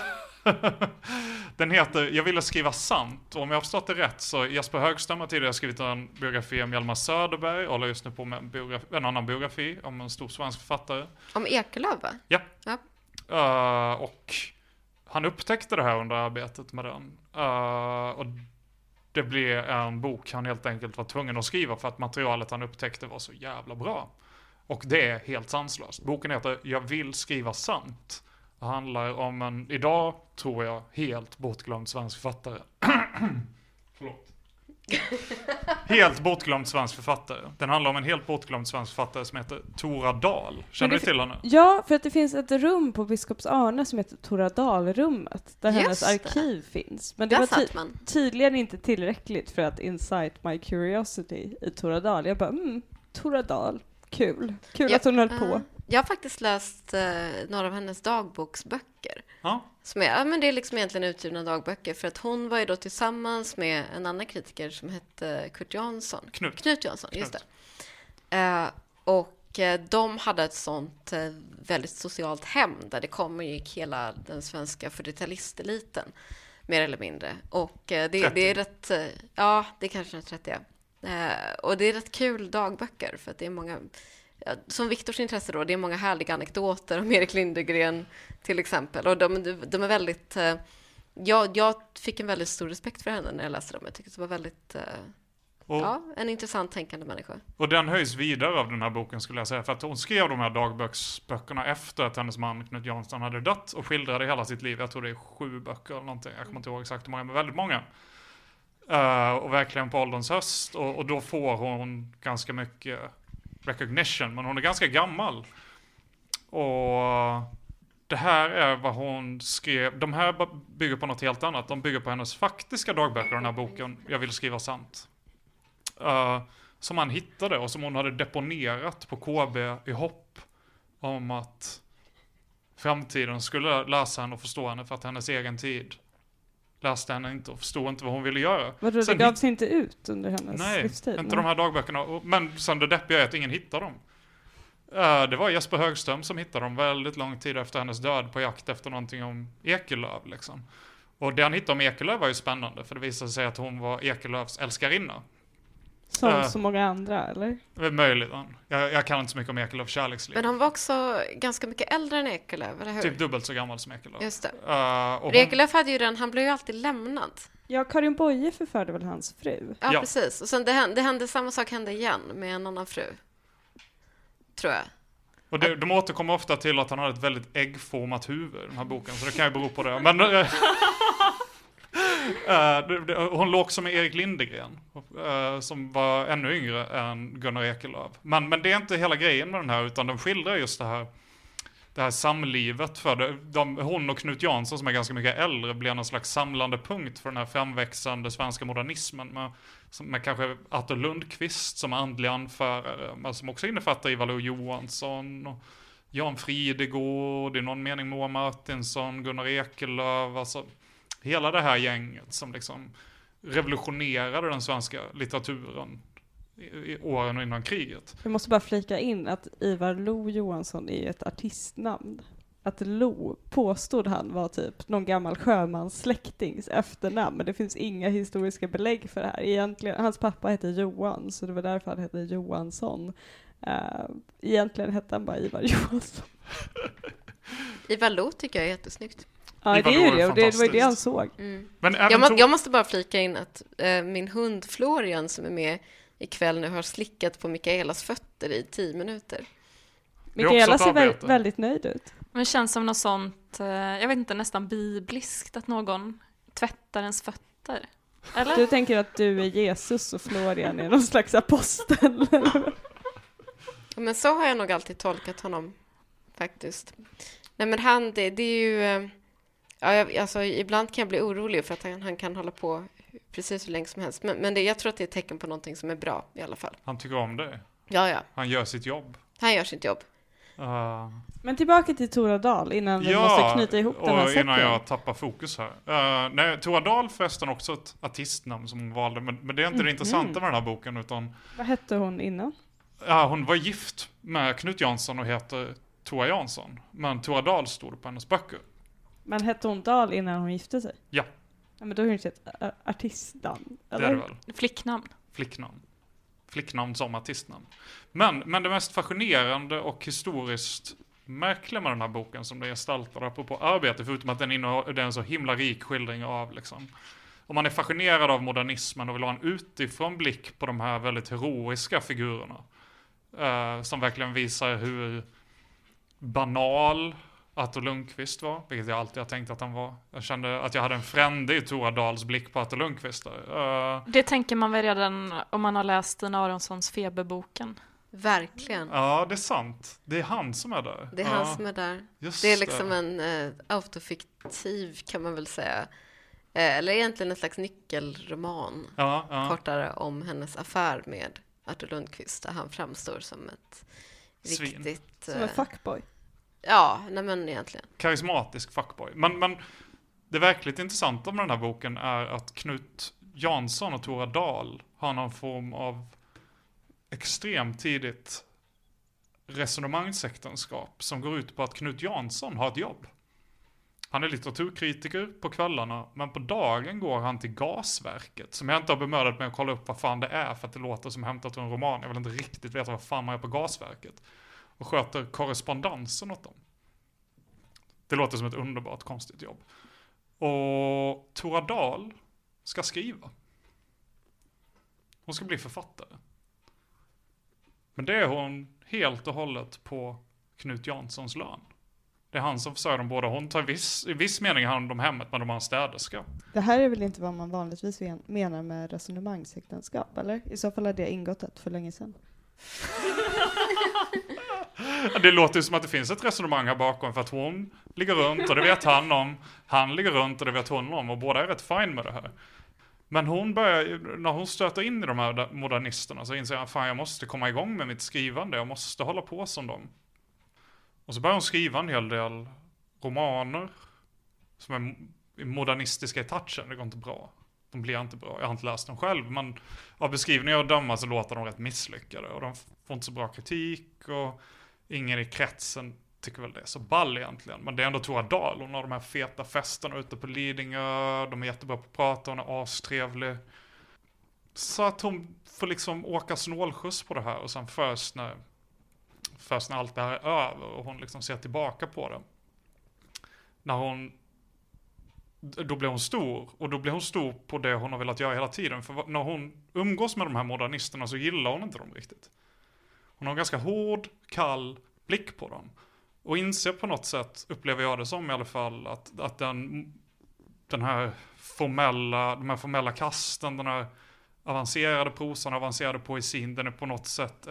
Den heter Jag ville skriva sant, och om jag har förstått det rätt så Jesper Högström har tidigare skrivit en biografi om Hjalmar Söderberg och håller just nu på med en annan biografi om en stor svensk författare. Om Ekelöf, va? Ja. Och han upptäckte det här under arbetet med den. Och det blev en bok han helt enkelt var tvungen att skriva för att materialet han upptäckte var så jävla bra. Och det är helt sanslöst. Boken heter Jag vill skriva sant. Det handlar om en, idag tror jag, helt bortglömd svensk författare. Förlåt. Helt bortglömd svensk författare. Den handlar om en helt bortglömd svensk författare som heter Tora Dahl. Känner du till henne? Ja, för att det finns ett rum på Biskops Arne som heter Tora Dahl-rummet. Där hennes arkiv finns. Men det var tydligen inte tillräckligt för att incite my curiosity i Tora Dahl. Jag bara, Tora Dahl, kul att hon höll på. Jag har faktiskt läst några av hennes dagboksböcker. Ja. Som är, men det är liksom egentligen utgivna dagböcker. För att hon var ju då tillsammans med en annan kritiker som hette Knut Jansson, just det. Och de hade ett sånt väldigt socialt hem där det kommer gick hela den svenska 40-talisteliten mer eller mindre. Och det är rätt, ja, det är kanske 30. Och det är rätt kul dagböcker för att det är många, som Viktors intresse då, det är många härliga anekdoter om Erik Lindegren till exempel. Och de är väldigt, jag fick en väldigt stor respekt för henne när jag läste dem. Jag tyckte det var väldigt, en intressant tänkande människa. Och den höjs vidare av den här boken skulle jag säga. För att hon skrev de här dagböckerna efter att hennes man Knut Jansson hade dött och skildrade hela sitt liv. Jag tror det är 7 böcker eller någonting. Jag kommer inte ihåg exakt hur många, men väldigt många. Och verkligen på ålderns höst. Och då får hon ganska mycket recognition, men hon är ganska gammal. Och det här är vad hon skrev. De här bygger på något helt annat. De bygger på hennes faktiska dagböcker, den här boken Jag vill skriva sant. Som han hittade och som hon hade deponerat på KB i hopp om att framtiden skulle läsa henne och förstå henne, för att hennes egen tid läste henne inte och förstod inte vad hon ville göra. Vadå, det gavs inte ut under hennes livstid? Nej, inte de här dagböckerna. Men sen det deppiga är att ingen hittar dem. Det var Jesper Högström som hittade dem väldigt lång tid efter hennes död på jakt efter någonting om Ekelöf liksom. Och det han hittade om Ekelöf var ju spännande, för det visade sig att hon var Ekelöfs älskarinna. Som så många andra, eller? Möjligen. Jag kan inte så mycket om Ekelöfs kärleksliv. Men hon var också ganska mycket äldre än Ekelöf, eller hur? Typ dubbelt så gammal som Ekelöf. Just det. Ekelöf hade ju han blev ju alltid lämnad. Ja, Karin Boye förförde väl hans fru? Ja, precis. Och sen samma sak hände igen med en annan fru. Tror jag. Och de återkommer ofta till att han har ett väldigt äggformat huvud i den här boken, så det kan ju bero på det. Men hon låg som med Erik Lindegren, som var ännu yngre än Gunnar Ekelöf. Men det är inte hela grejen med den här, utan de skildrar just det här samlivet för hon och Knut Jansson, som är ganska mycket äldre, blir en slags samlande punkt för den här framväxande svenska modernismen med kanske Arthur Lundqvist som andlig anförare, men som också innefattar Ivar Lo-Johansson och Jan Fridegård, i någon mening Moa Martinsson, Gunnar Ekelöf, alltså hela det här gänget som liksom revolutionerade den svenska litteraturen i åren innan kriget. Jag måste bara flika in att Ivar Lo-Johansson är ett artistnamn. Att Lo påstod han var typ någon gammal sjömans släktings efternamn, men det finns inga historiska belägg för det här. Egentligen, hans pappa hette Johan, så det var därför han hette Johansson. Egentligen hette han bara Ivar Johansson. Ivar Lo tycker jag är jättesnyggt. Ja, det är ju det, och det var ju det han såg. Mm. Men jag måste bara flika in att min hund Florian som är med ikväll nu har slickat på Mikaelas fötter i 10 minuter. Mikaela ser väldigt nöjd ut. Men det känns som något sånt, jag vet inte, nästan bibliskt att någon tvättar ens fötter. Eller? Du tänker att du är Jesus och Florian är någon slags apostel? Men så har jag nog alltid tolkat honom, faktiskt. Nej, men det är ju... alltså, ibland kan jag bli orolig för att han kan hålla på precis hur länge som helst. Men jag tror att det är ett tecken på någonting som är bra i alla fall. Han tycker om det. Ja. Han gör sitt jobb. Han gör sitt jobb. Men tillbaka till Tora Dahl innan vi måste knyta ihop den här säcken. Innan jag tappar fokus här. Nej, Tora Dahl förresten också ett artistnamn som hon valde. Men det är inte det intressanta med den här boken. Utan, vad hette hon innan? Hon var gift med Knut Jansson och heter Tora Jansson. Men Tora Dahl stod på hennes böcker. Men hette hon Dahl innan hon gifte sig? Ja. Ja, men då är det inte ett artistnamn, eller? Det är det väl. Flicknamn som artistnamn. Men det mest fascinerande och historiskt märkliga med den här boken som det gestaltar apropå arbete, förutom att den är en så himla rik skildring av liksom, om man är fascinerad av modernismen och vill ha en utifrån blick på de här väldigt heroiska figurerna som verkligen visar hur banal Artur Lundqvist var, vilket jag alltid har tänkt att han var. Jag kände att jag hade en frände i Tora Dahls blick på Artur Lundqvist. Det tänker man väl redan om man har läst Stina Aronssons Feberboken. Verkligen. Ja, det är sant. Det är han som är där. Det är han som är där. Just det är liksom en autofiktiv, kan man väl säga. Eller egentligen en slags nyckelroman. Kortare om hennes affär med Artur Lundqvist. Där han framstår som ett riktigt... Som en fuckboy. Ja, nej men egentligen. Karismatisk fuckboy. Men det verkligt intressanta med den här boken är att Knut Jansson och Tora Dahl har någon form av extremt tidigt resonemangsäktenskap som går ut på att Knut Jansson har ett jobb. Han är litteraturkritiker på kvällarna, men på dagen går han till Gasverket, som jag inte har bemödat med att kolla upp vad fan det är, för att det låter som hämtat ur en roman. Jag vill inte riktigt veta vad fan man är på Gasverket. Och sköter korrespondensen åt dem. Det låter som ett underbart konstigt jobb. Och Tora Dahl ska skriva. Hon ska bli författare. Men det är hon helt och hållet på Knut Janssons lön. Det är han som försörjer dem båda. Hon tar i viss mening hand om hemmet, men de har en städerska. Det här är väl inte vad man vanligtvis menar med resonemangsäktenskap, eller? I så fall har det ingått ett för länge sedan. Det låter ju som att det finns ett resonemang här bakom, för att hon ligger runt och det vet han om. Han ligger runt och det vet hon om, och båda är rätt fine med det här. Men hon börjar, när hon stöter in i de här modernisterna, så inser jag att jag måste komma igång med mitt skrivande. Jag måste hålla på som dem. Och så börjar hon skriva en hel del romaner som är modernistiska i touchen. Det går inte bra. De blir inte bra. Jag har inte läst dem själv, men av beskrivningar och döma så låter de rätt misslyckade. Och de får inte så bra kritik, och ingen i kretsen tycker väl det är så ball egentligen. Men det är ändå Tora Dahl. Hon har de här feta festerna ute på Lidingö. De är jättebra på att prata. Hon är astrevlig. Så att hon får liksom åka snålskjuts på det här. Och sen först när allt det här är över och hon liksom ser tillbaka på det. Då blir hon stor. Och då blir hon stor på det hon har velat göra hela tiden. För när hon umgås med de här modernisterna så gillar hon inte dem riktigt. Hon har en ganska hård, kall blick på dem. Och inser på något sätt, upplever jag det som i alla fall, att de här formella kasten, den här avancerade prosan, avancerade poesin, den är på något sätt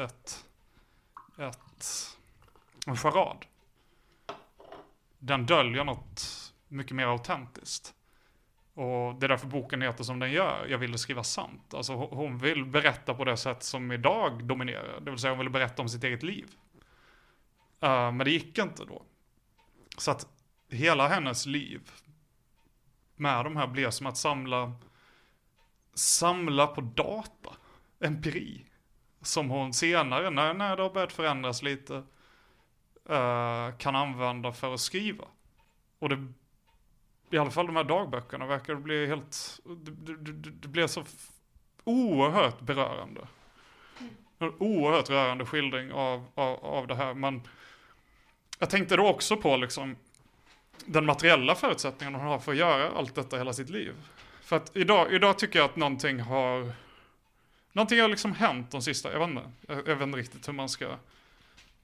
en charad. Den döljer något mycket mer autentiskt. Och det är därför boken heter som den gör. Jag ville skriva sant. Alltså hon vill berätta på det sätt som idag dominerar. Det vill säga hon vill berätta om sitt eget liv. Men det gick inte då. Så att hela hennes liv med de här blev som att samla på data. Empiri. Som hon senare, när det har börjat förändras lite, kan använda för att skriva. Och det, i alla fall de här dagböckerna, verkar det bli helt... Det blev så oerhört berörande. En oerhört rörande skildring av det här. Men jag tänkte då också på liksom den materiella förutsättningen hon har för att göra allt detta hela sitt liv. För att idag tycker jag att någonting har liksom hänt de sista... Jag vet inte riktigt hur man ska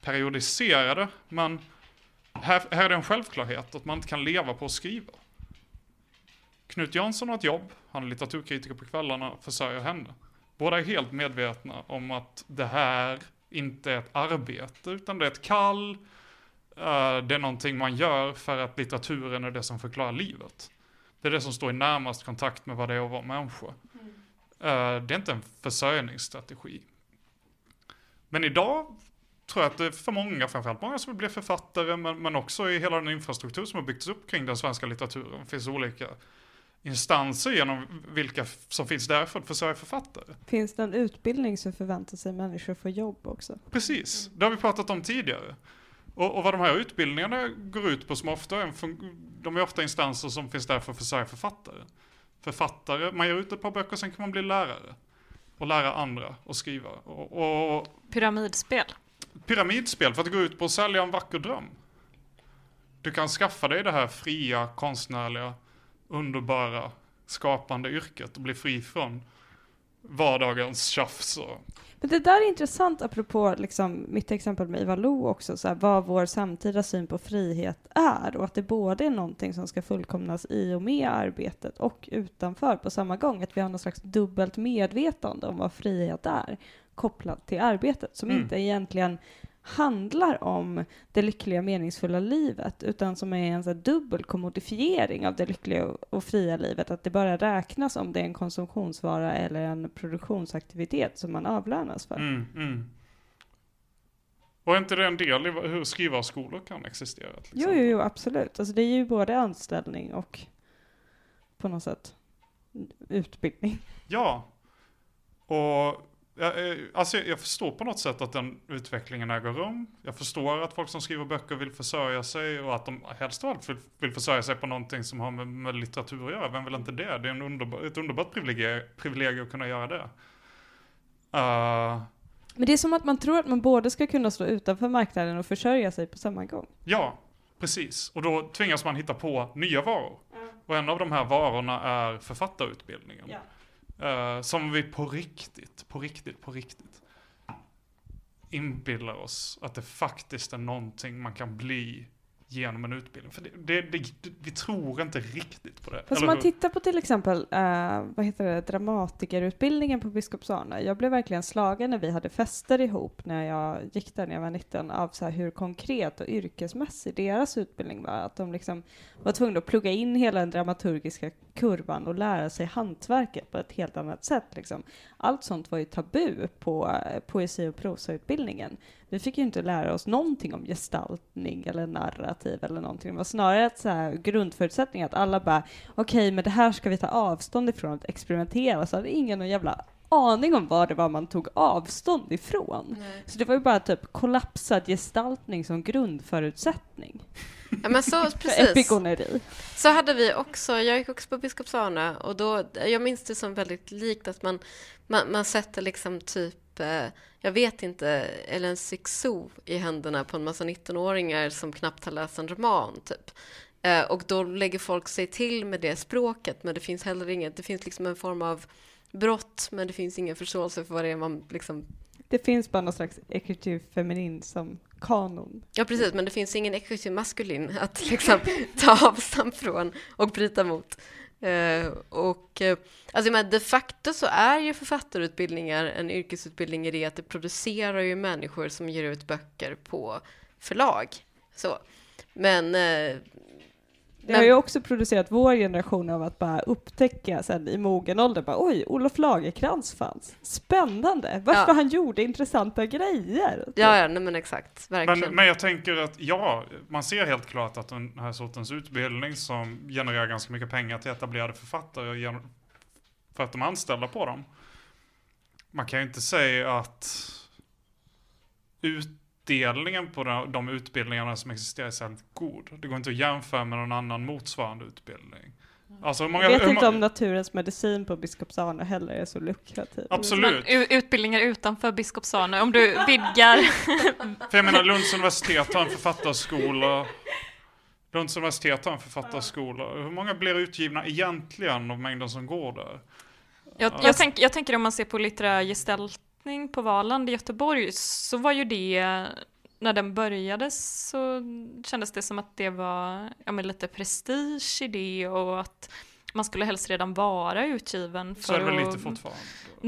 periodiserade, men här är det en självklarhet att man inte kan leva på att skriva. Knut Jansson har ett jobb, han är litteraturkritiker på kvällarna, försörjer henne. Båda är helt medvetna om att det här inte är ett arbete, utan det är ett kall. Det är någonting man gör för att litteraturen är det som förklarar livet. Det är det som står i närmast kontakt med vad det är att vara människa. Det är inte en försörjningsstrategi. Men idag tror jag att det är för många, framförallt många som vill bli författare, men också i hela den infrastruktur som har byggts upp kring den svenska litteraturen. Det finns olika instanser genom vilka som finns där för att försörja författare. Finns det en utbildning som förväntar sig människor få jobb också? Precis, det har vi pratat om tidigare. Och vad de här utbildningarna går ut på som ofta de är ofta instanser som finns där för att försörja författare. Man gör ut ett par böcker, sen kan man bli lärare och lära andra att skriva. Och pyramidspel för att gå ut på att sälja en vacker dröm. Du kan skaffa dig det här fria, konstnärliga, underbara, skapande yrket och bli fri från vardagens tjafs. Men det där är intressant apropå liksom, mitt exempel med Ivar Lo också, så här, vad vår samtida syn på frihet är, och att det både är någonting som ska fullkomnas i och med arbetet och utanför på samma gång, att vi har någon slags dubbelt medvetande om vad frihet är kopplat till arbetet, som inte egentligen handlar om det lyckliga meningsfulla livet, utan som är en så här dubbel kommodifiering av det lyckliga och fria livet, att det bara räknas om det är en konsumtionsvara eller en produktionsaktivitet som man avlönas för. Och är inte det en del i hur skrivarskolor kan existera? Jo, absolut. Alltså det är ju både anställning och på något sätt utbildning. Ja, och jag förstår på något sätt att den utvecklingen äger rum. Jag förstår att folk som skriver böcker vill försörja sig, och att de helst av allt vill försörja sig på någonting som har med litteratur att göra. Vem vill inte det? Det är ett underbart privilegium att kunna göra det. Men det är som att man tror att man både ska kunna stå utanför marknaden och försörja sig på samma gång. Ja, precis. Och då tvingas man hitta på nya varor. Och en av de här varorna är författarutbildningen. Ja. Som vi på riktigt inbillar oss att det faktiskt är någonting man kan bli genom en utbildning. För vi tror inte riktigt på det. Fast om man tittar på till exempel dramatikerutbildningen på Biskopsarna. Jag blev verkligen slagen när vi hade fester ihop när jag gick där när jag var 19 av så här hur konkret och yrkesmässig deras utbildning var. Att de liksom var tvungna att plugga in hela den dramaturgiska kurvan och lära sig hantverket på ett helt annat sätt. Liksom. Allt sånt var ju tabu på poesi- och prosautbildningen. Vi fick ju inte lära oss någonting om gestaltning eller narrativ eller någonting. Det var snarare ett så här grundförutsättning att alla bara okej, men det här ska vi ta avstånd ifrån att experimentera. Så hade ingen någon jävla aning om vad det var man tog avstånd ifrån. Nej. Så det var ju bara typ kollapsad gestaltning som grundförutsättning. Ja, men så, precis. Epigoneri. Så hade vi också, jag gick också på Biskopsarna, och då, jag minns det som väldigt likt att man sätter liksom typ, jag vet inte, eller en Sixou i händerna på en massa 19-åringar som knappt har läst en roman typ. Och då lägger folk sig till med det språket, men det finns heller inget, det finns liksom en form av brott, men det finns ingen förståelse för vad det är man liksom... Det finns bara någon slags ekritiv feminin som kanon. Ja, precis, men det finns ingen ekritiv maskulin att liksom ta avstamp från och bryta mot. Alltså, men de facto så är ju författarutbildningar en yrkesutbildning i det att det producerar ju människor som ger ut böcker på förlag. Så. Men det har ju också producerat vår generation av att bara upptäcka sen i mogen ålder bara, oj, Olof Lagercrantz fanns. Spännande. Varför han gjorde intressanta grejer. Ja, nej, men exakt. Verkligen. Men jag tänker att man ser helt klart att den här sortens utbildning som genererar ganska mycket pengar till etablerade författare för att de är anställda på dem. Man kan ju inte säga att utdelningen på de utbildningarna som existerar är särskilt god. Det går inte att jämföra med någon annan motsvarande utbildning. Alltså, jag vet inte om naturens medicin på Biskopsarna heller är så lukrativ. Absolut. Men utbildningar utanför Biskopsarna, om du vidgar... För jag menar, Lunds universitet har en författarskola. Hur många blir utgivna egentligen av mängden som går där? Jag tänker om man ser på litterär gestaltning på Valand i Göteborg, så var ju det när den började så kändes det som att det var lite prestige i det och att man skulle helst redan vara utgiven. För så är det väl lite fortfarande?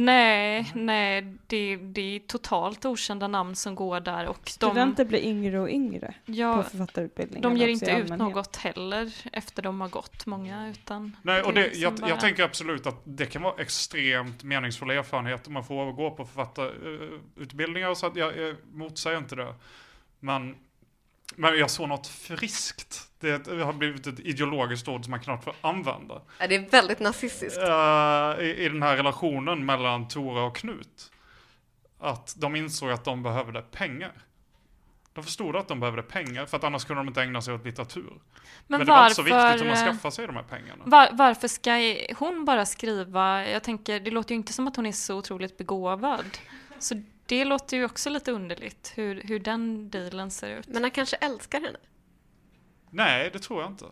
Nej, det är totalt okända namn som går där. Och studenter blir yngre och yngre på författarutbildningen. De ger inte ut något heller efter de har gått, många. Utan nej, och jag tänker absolut att det kan vara extremt meningsfulla erfarenheter man får gå på författarutbildningar, så att jag motsäger inte det. Men jag såg något friskt. Det har blivit ett ideologiskt ord som man knappt får använda. Det är väldigt nazistiskt. I den här relationen mellan Tora och Knut. Att de insåg att de behövde pengar. De förstod att de behövde pengar, för att annars kunde de inte ägna sig åt litteratur. Men det var inte så viktigt om man skaffar sig de här pengarna. Varför ska hon bara skriva? Jag tänker, det låter ju inte som att hon är så otroligt begåvad. Så det låter ju också lite underligt hur den dealen ser ut. Men han kanske älskar henne. Nej, det tror jag inte.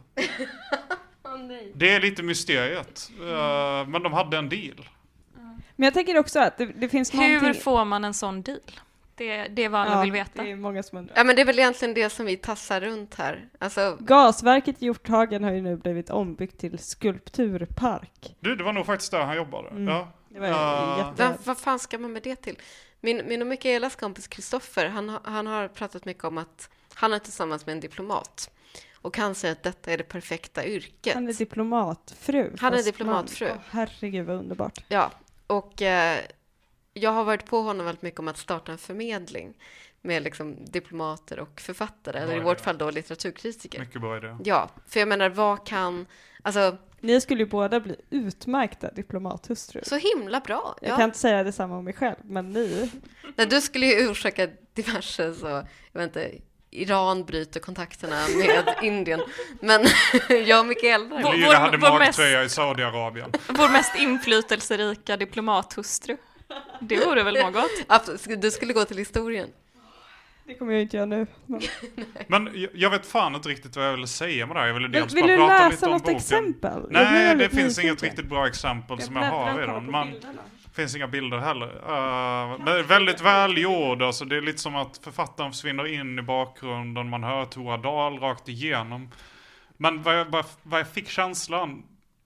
Det är lite mysteriet. Men de hade en deal. Men jag tänker också att det finns någonting... Hur får man en sån deal? Det är vad alla vill veta. Det är många som undrar. Ja, men det är väl egentligen det som vi tassar runt här. Alltså... Gasverket i Hjorthagen har ju nu blivit ombyggt till skulpturpark. Det var nog faktiskt där han jobbade. Ja. Det var vad fan ska man med det till? Min och Mikaelas kompis Kristoffer, han har pratat mycket om att han är tillsammans med en diplomat. Och han säger att detta är det perfekta yrket. Han är diplomatfru. Han är diplomatfru. Herregud, vad underbart. Ja, och jag har varit på honom väldigt mycket om att starta en förmedling med liksom diplomater och författare, eller i vårt fall då litteraturkritiker. Mycket bra idé. Ja, för jag menar, vad kan... Alltså, ni skulle ju båda bli utmärkta diplomathustrur. Så himla bra. Jag kan inte säga detsamma om mig själv, men ni... Nej, du skulle ju orsaka diverse, så jag vet inte, Iran bryter kontakterna med Indien. Men jag och Mikael där. Lyra hade magtröja i Saudiarabien. Vår mest inflytelserika diplomathustru. Det vore väl något? Du skulle gå till historien. Det kommer jag inte göra nu. Men jag vet fan inte riktigt vad jag ville säga med det här. Jag ville dels vill bara du prata läsa lite om något boken. exempel? Nej, det finns inget riktigt bra exempel som jag har i den. Det finns inga bilder heller. Men väldigt välgjord. Alltså, det är lite som att författaren försvinner in i bakgrunden. Man hör Tora Dahl rakt igenom. Men vad jag fick känslan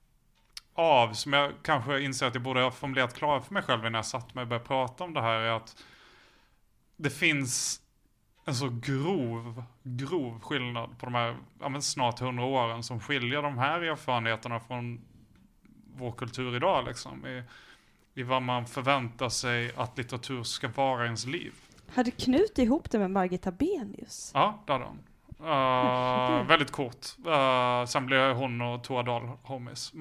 av, som jag kanske inser att jag borde ha formulerat klar för mig själv när jag satt mig och började prata om det här, är att det finns en så grov skillnad på de här snart 100 åren som skiljer de här erfarenheterna från vår kultur idag liksom, i vad man förväntar sig att litteratur ska vara i ens liv. Hade Knut ihop det med Margita Benius? Ja, det hade han. Väldigt kort. Sen blev hon och Tora Dahl homies.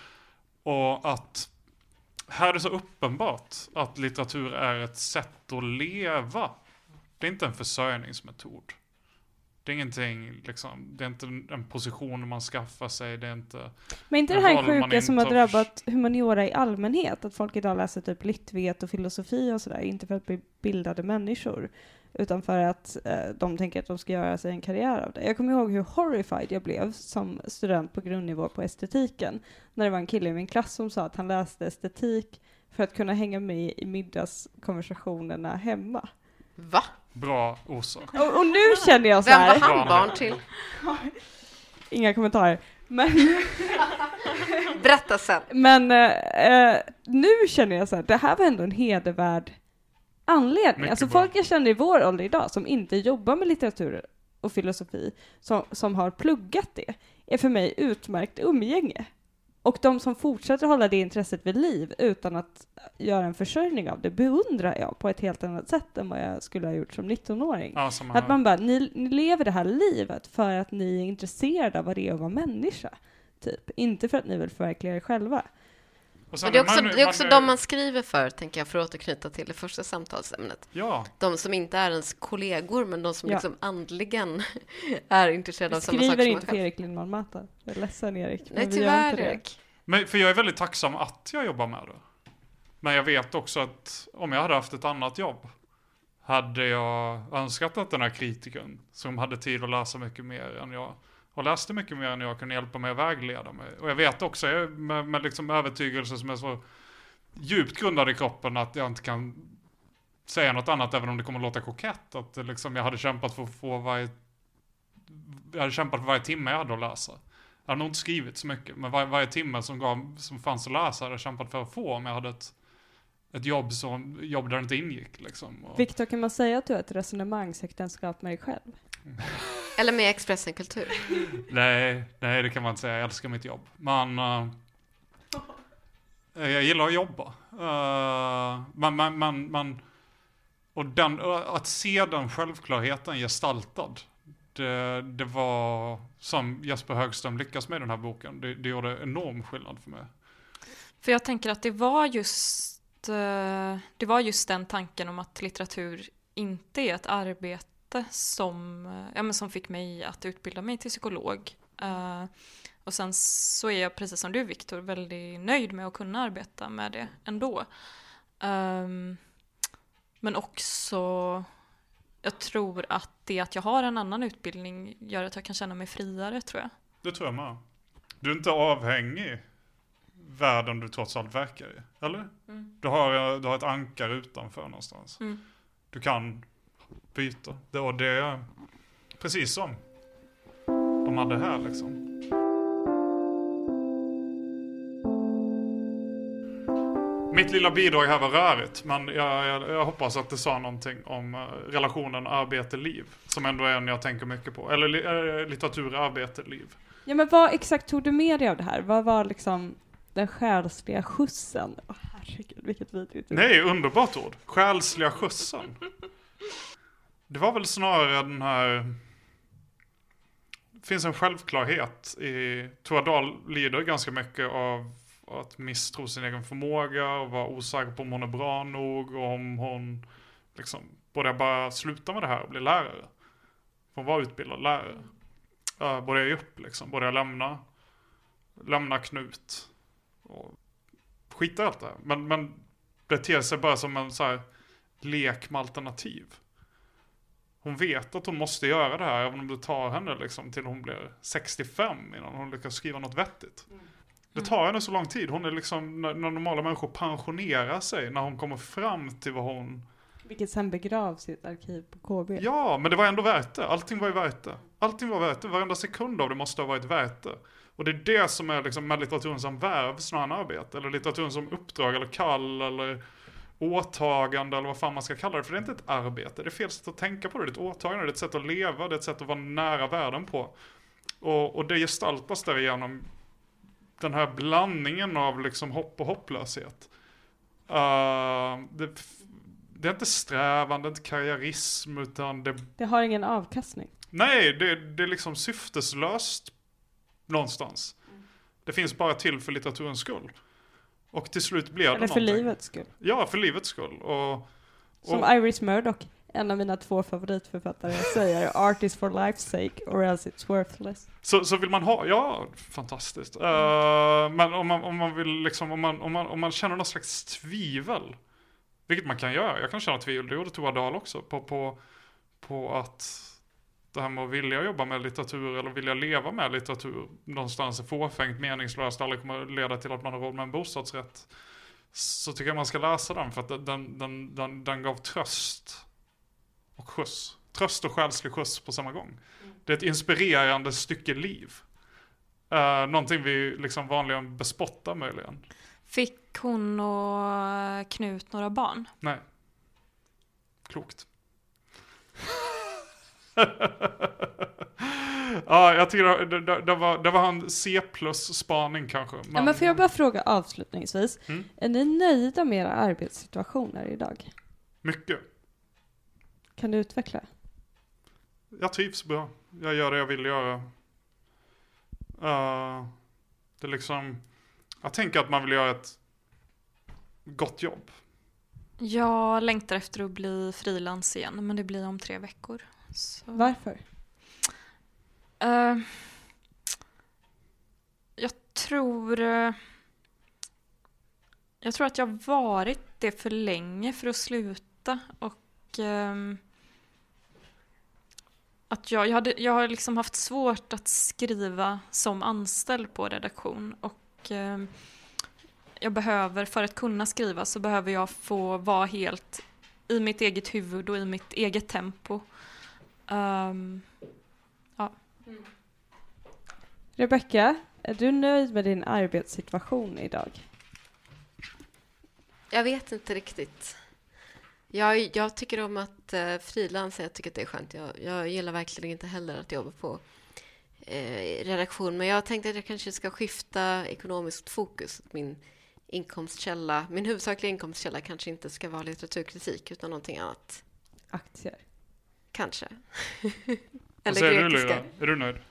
Och att här är det så uppenbart att litteratur är ett sätt att leva. Det är inte en försörjningsmetod. Det är ingenting, liksom, det är inte en position man skaffar sig, det är inte... Men inte det här sjuka som har drabbat humaniora i allmänhet, att folk idag läser typ litvet och filosofi och sådär, inte för att bli bildade människor, utan för att de tänker att de ska göra sig en karriär av det. Jag kommer ihåg hur horrified jag blev som student på grundnivå på estetiken, när det var en kille i min klass som sa att han läste estetik för att kunna hänga med i middagskonversationerna hemma. Va? Bra orsak. Och nu känner jag så här... Vem var han barn till? Inga kommentarer. Men... Berätta sen. Men nu känner jag så här, det här var ändå en hedervärd anledning. Mycket alltså bra. folk jag känner i vår ålder idag som inte jobbar med litteratur och filosofi, som har pluggat det, är för mig utmärkt umgänge. Och de som fortsätter hålla det intresset vid liv utan att göra en försörjning av det beundrar jag på ett helt annat sätt än vad jag skulle ha gjort som 19-åring. Ja, att man bara, ni lever det här livet för att ni är intresserade av vad det är att vara människa. Typ. Inte för att ni vill förverkliga er själva. Och det är också de man skriver för, tänker jag, för att återknyta till det första samtalsämnet. Ja. De som inte är ens kollegor, men de som liksom andligen är intresserade av samma saker som man skriver inte själv. för Erik Lindman Mata. Jag är ledsen, Erik. Nej, tyvärr, Erik. Men för jag är väldigt tacksam att jag jobbar med det. Men jag vet också att om jag hade haft ett annat jobb hade jag önskat att den här kritikern som hade tid att läsa mycket mer än jag och läste mycket mer än jag kunde hjälpa mig att vägleda mig. Och jag vet också med liksom övertygelse som är så djupt grundad i kroppen att jag inte kan säga något annat även om det kommer låta kokett. Att liksom, jag hade kämpat för att få jag hade kämpat för varje timme jag hade att läsa. Jag hade nog inte skrivit så mycket, men varje timme som fanns att läsa hade jag kämpat för att få om jag hade ett jobb där det inte ingick. Liksom. Victor, kan man säga att du har ett resonemangsäktenskap med dig själv? Eller med Expressen Kultur? Nej, det kan man inte säga. Jag älskar mitt jobb. Jag gillar att jobba. Och att se den självklarheten gestaltad, det var som Jesper Högström lyckas med i den här boken. Det gjorde enorm skillnad för mig. För jag tänker att det var just den tanken om att litteratur inte är ett arbete som fick mig att utbilda mig till psykolog. Och sen så är jag, precis som du Victor, väldigt nöjd med att kunna arbeta med det ändå. Men också, jag tror att det att jag har en annan utbildning gör att jag kan känna mig friare, tror jag. Det tror jag med. Du är inte avhängig världen du trots allt verkar i, eller? Mm. Du har ett ankar utanför någonstans. Mm. Du kan byta. Det är precis som de hade här liksom. Mitt lilla bidrag här var rörigt, men jag hoppas att det sa någonting om relationen arbete-liv, som ändå är en jag tänker mycket på. Eller litteratur, arbete, liv. Ja, men vad exakt tog du med dig av det här? Vad var liksom den själsliga skjutsen? Herregud, vilket vidrigt. Nej, underbart ord. Själsliga skjutsen. Det var väl snarare den här... Det finns en självklarhet i... Tora Dahl lider ganska mycket av att misstro sin egen förmåga och vara osäker på om hon är bra nog och om hon liksom borde jag bara sluta med det här och bli lärare. Hon var utbildad lärare. Borde jag ge upp liksom? Borde jag lämna Knut och skita i allt det här? Men det ter sig bara som en så här lek med alternativ. Hon vet att hon måste göra det här även om det tar henne liksom till hon blir 65 innan hon lyckas skriva något vettigt. Det tar henne så lång tid. Hon är liksom, när normala människor pensionerar sig, när hon kommer fram till vad hon... Vilket sen begravs i ett arkiv på KB. Ja, men det var ändå värt det. Allting var ju värt det. Allting var värt det. Varenda sekund av det måste ha varit värt det. Och det är det som är liksom med litteraturen som värv snarare än arbete. Eller litteraturen som uppdrag eller kall eller åtagande eller vad fan man ska kalla det. För det är inte ett arbete. Det är fel sätt att tänka på det. Det är ett åtagande. Det är ett sätt att leva. Det är ett sätt att vara nära världen på. Och det gestaltas därigenom den här blandningen av liksom hopp och hopplöshet. Det är inte strävan, det är inte karriärism, utan det har ingen avkastning. Nej, det är liksom syfteslöst någonstans. Det finns bara till för litteraturens skull. Och till slut blir det eller för livets skull. Ja, för livets skull. Som Iris Murdoch, en av mina 2 favoritförfattare, säger: art is for life's sake or else it's worthless. Så vill man ha, ja, fantastiskt. Men om man vill liksom, om man känner någon slags tvivel, vilket man kan göra. Jag kan känna tvivel, det gjorde Tora Dahl också, på att det här med att vilja jobba med litteratur eller vilja leva med litteratur någonstans är fåfängt, meningslöst, aldrig kommer att leda till att man har råd med en bostadsrätt. Så tycker jag man ska läsa den, för att den gav tröst och skjuts. Tröst och själslig skjuts på samma gång. Det är ett inspirerande stycke liv. Någonting vi liksom vanligen bespottar möjligen. Fick hon och Knut några barn? Nej. Klokt. Ja, jag tycker det var en C+-spaning kanske. Men får jag bara fråga avslutningsvis. Är ni nöjda med era arbetssituationer idag? Mycket. Kan du utveckla? Jag trivs bra. Jag gör det jag vill göra. Det är liksom... Jag tänker att man vill göra ett gott jobb. Jag längtar efter att bli frilans igen, men det blir om 3 veckor. Så. Varför? Jag tror att jag varit det för länge för att sluta, och att jag har liksom haft svårt att skriva som anställd på redaktion, och jag behöver, för att kunna skriva så behöver jag få vara helt i mitt eget huvud och i mitt eget tempo. Ja. Rebecka, är du nöjd med din arbetssituation idag? Jag vet inte riktigt. Jag tycker om att frilansa. Jag tycker att det är skönt. Jag gillar verkligen inte heller att jobba på redaktion. Men jag tänkte att jag kanske ska skifta ekonomiskt fokus. Min huvudsakliga inkomstkälla kanske inte ska vara litteraturkritik utan någonting annat. Aktier. Kanske. Eller grekiska. Är du nöjd?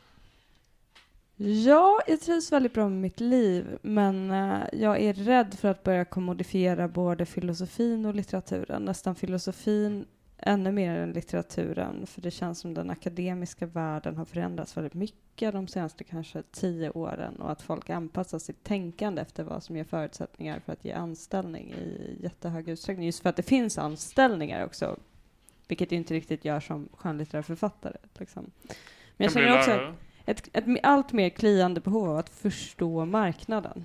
Ja, jag trivs väldigt bra med mitt liv, men jag är rädd för att börja kommodifiera både filosofin och litteraturen. Nästan filosofin ännu mer än litteraturen, för det känns som den akademiska världen har förändrats väldigt mycket de senaste kanske 10 åren och att folk anpassar sitt tänkande efter vad som ger förutsättningar för att ge anställning i jättehög utsträckning. Just för att det finns anställningar också, vilket inte riktigt gör som skönlitterära författare. Liksom. Men jag känner också ett allt mer kliande behov av att förstå marknaden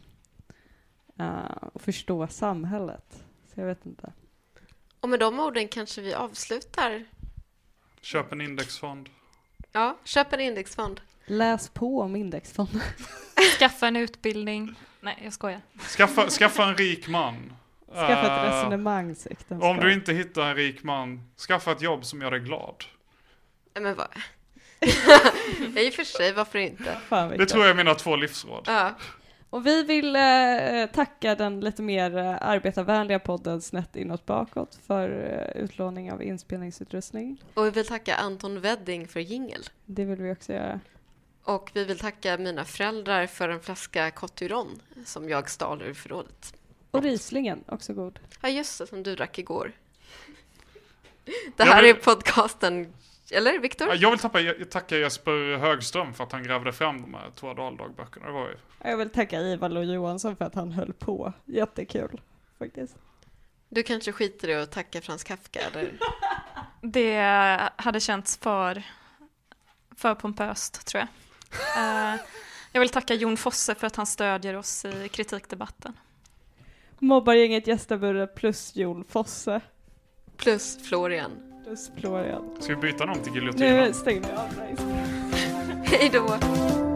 och förstå samhället. Så jag vet inte. Och med de orden kanske vi avslutar. Köp en indexfond. Ja, köp en indexfond. Läs på om indexfond. Skaffa en utbildning. Nej, jag skojar. Skaffa en rik man. Skaffa ett resonemangsäktenskap. Om du inte hittar en rik man, skaffa ett jobb som gör dig glad. Men vad? I och för sig, varför inte? Det tror jag är mina 2 livsråd. Ja. Och vi vill tacka den lite mer arbetarvänliga podden Snett inåt bakåt för utlåning av inspelningsutrustning. Och vi vill tacka Anton Wedding för jingle. Det vill vi också göra. Och vi vill tacka mina föräldrar för en flaska Cotturon som jag stal ur förrådet. Och Rieslingen, också god. Ja, just det, som du drack igår. Det här är podcasten. Eller, Viktor? Jag vill tacka Jesper Högström för att han grävde fram de här 2 dagböckerna. Jag vill tacka Ivar och Johansson för att han höll på. Jättekul, faktiskt. Du kanske skiter i att tacka Frans Kafka, eller? Det hade känts för pompöst, tror jag. Jag vill tacka Jon Fosse för att han stödjer oss i kritikdebatten. Mobbargänget Gästaburre plus Jon Fosse. Plus Florian. Plus Florian. Ska vi byta namn till Giljotin? Nu stänger vi av. Hej då.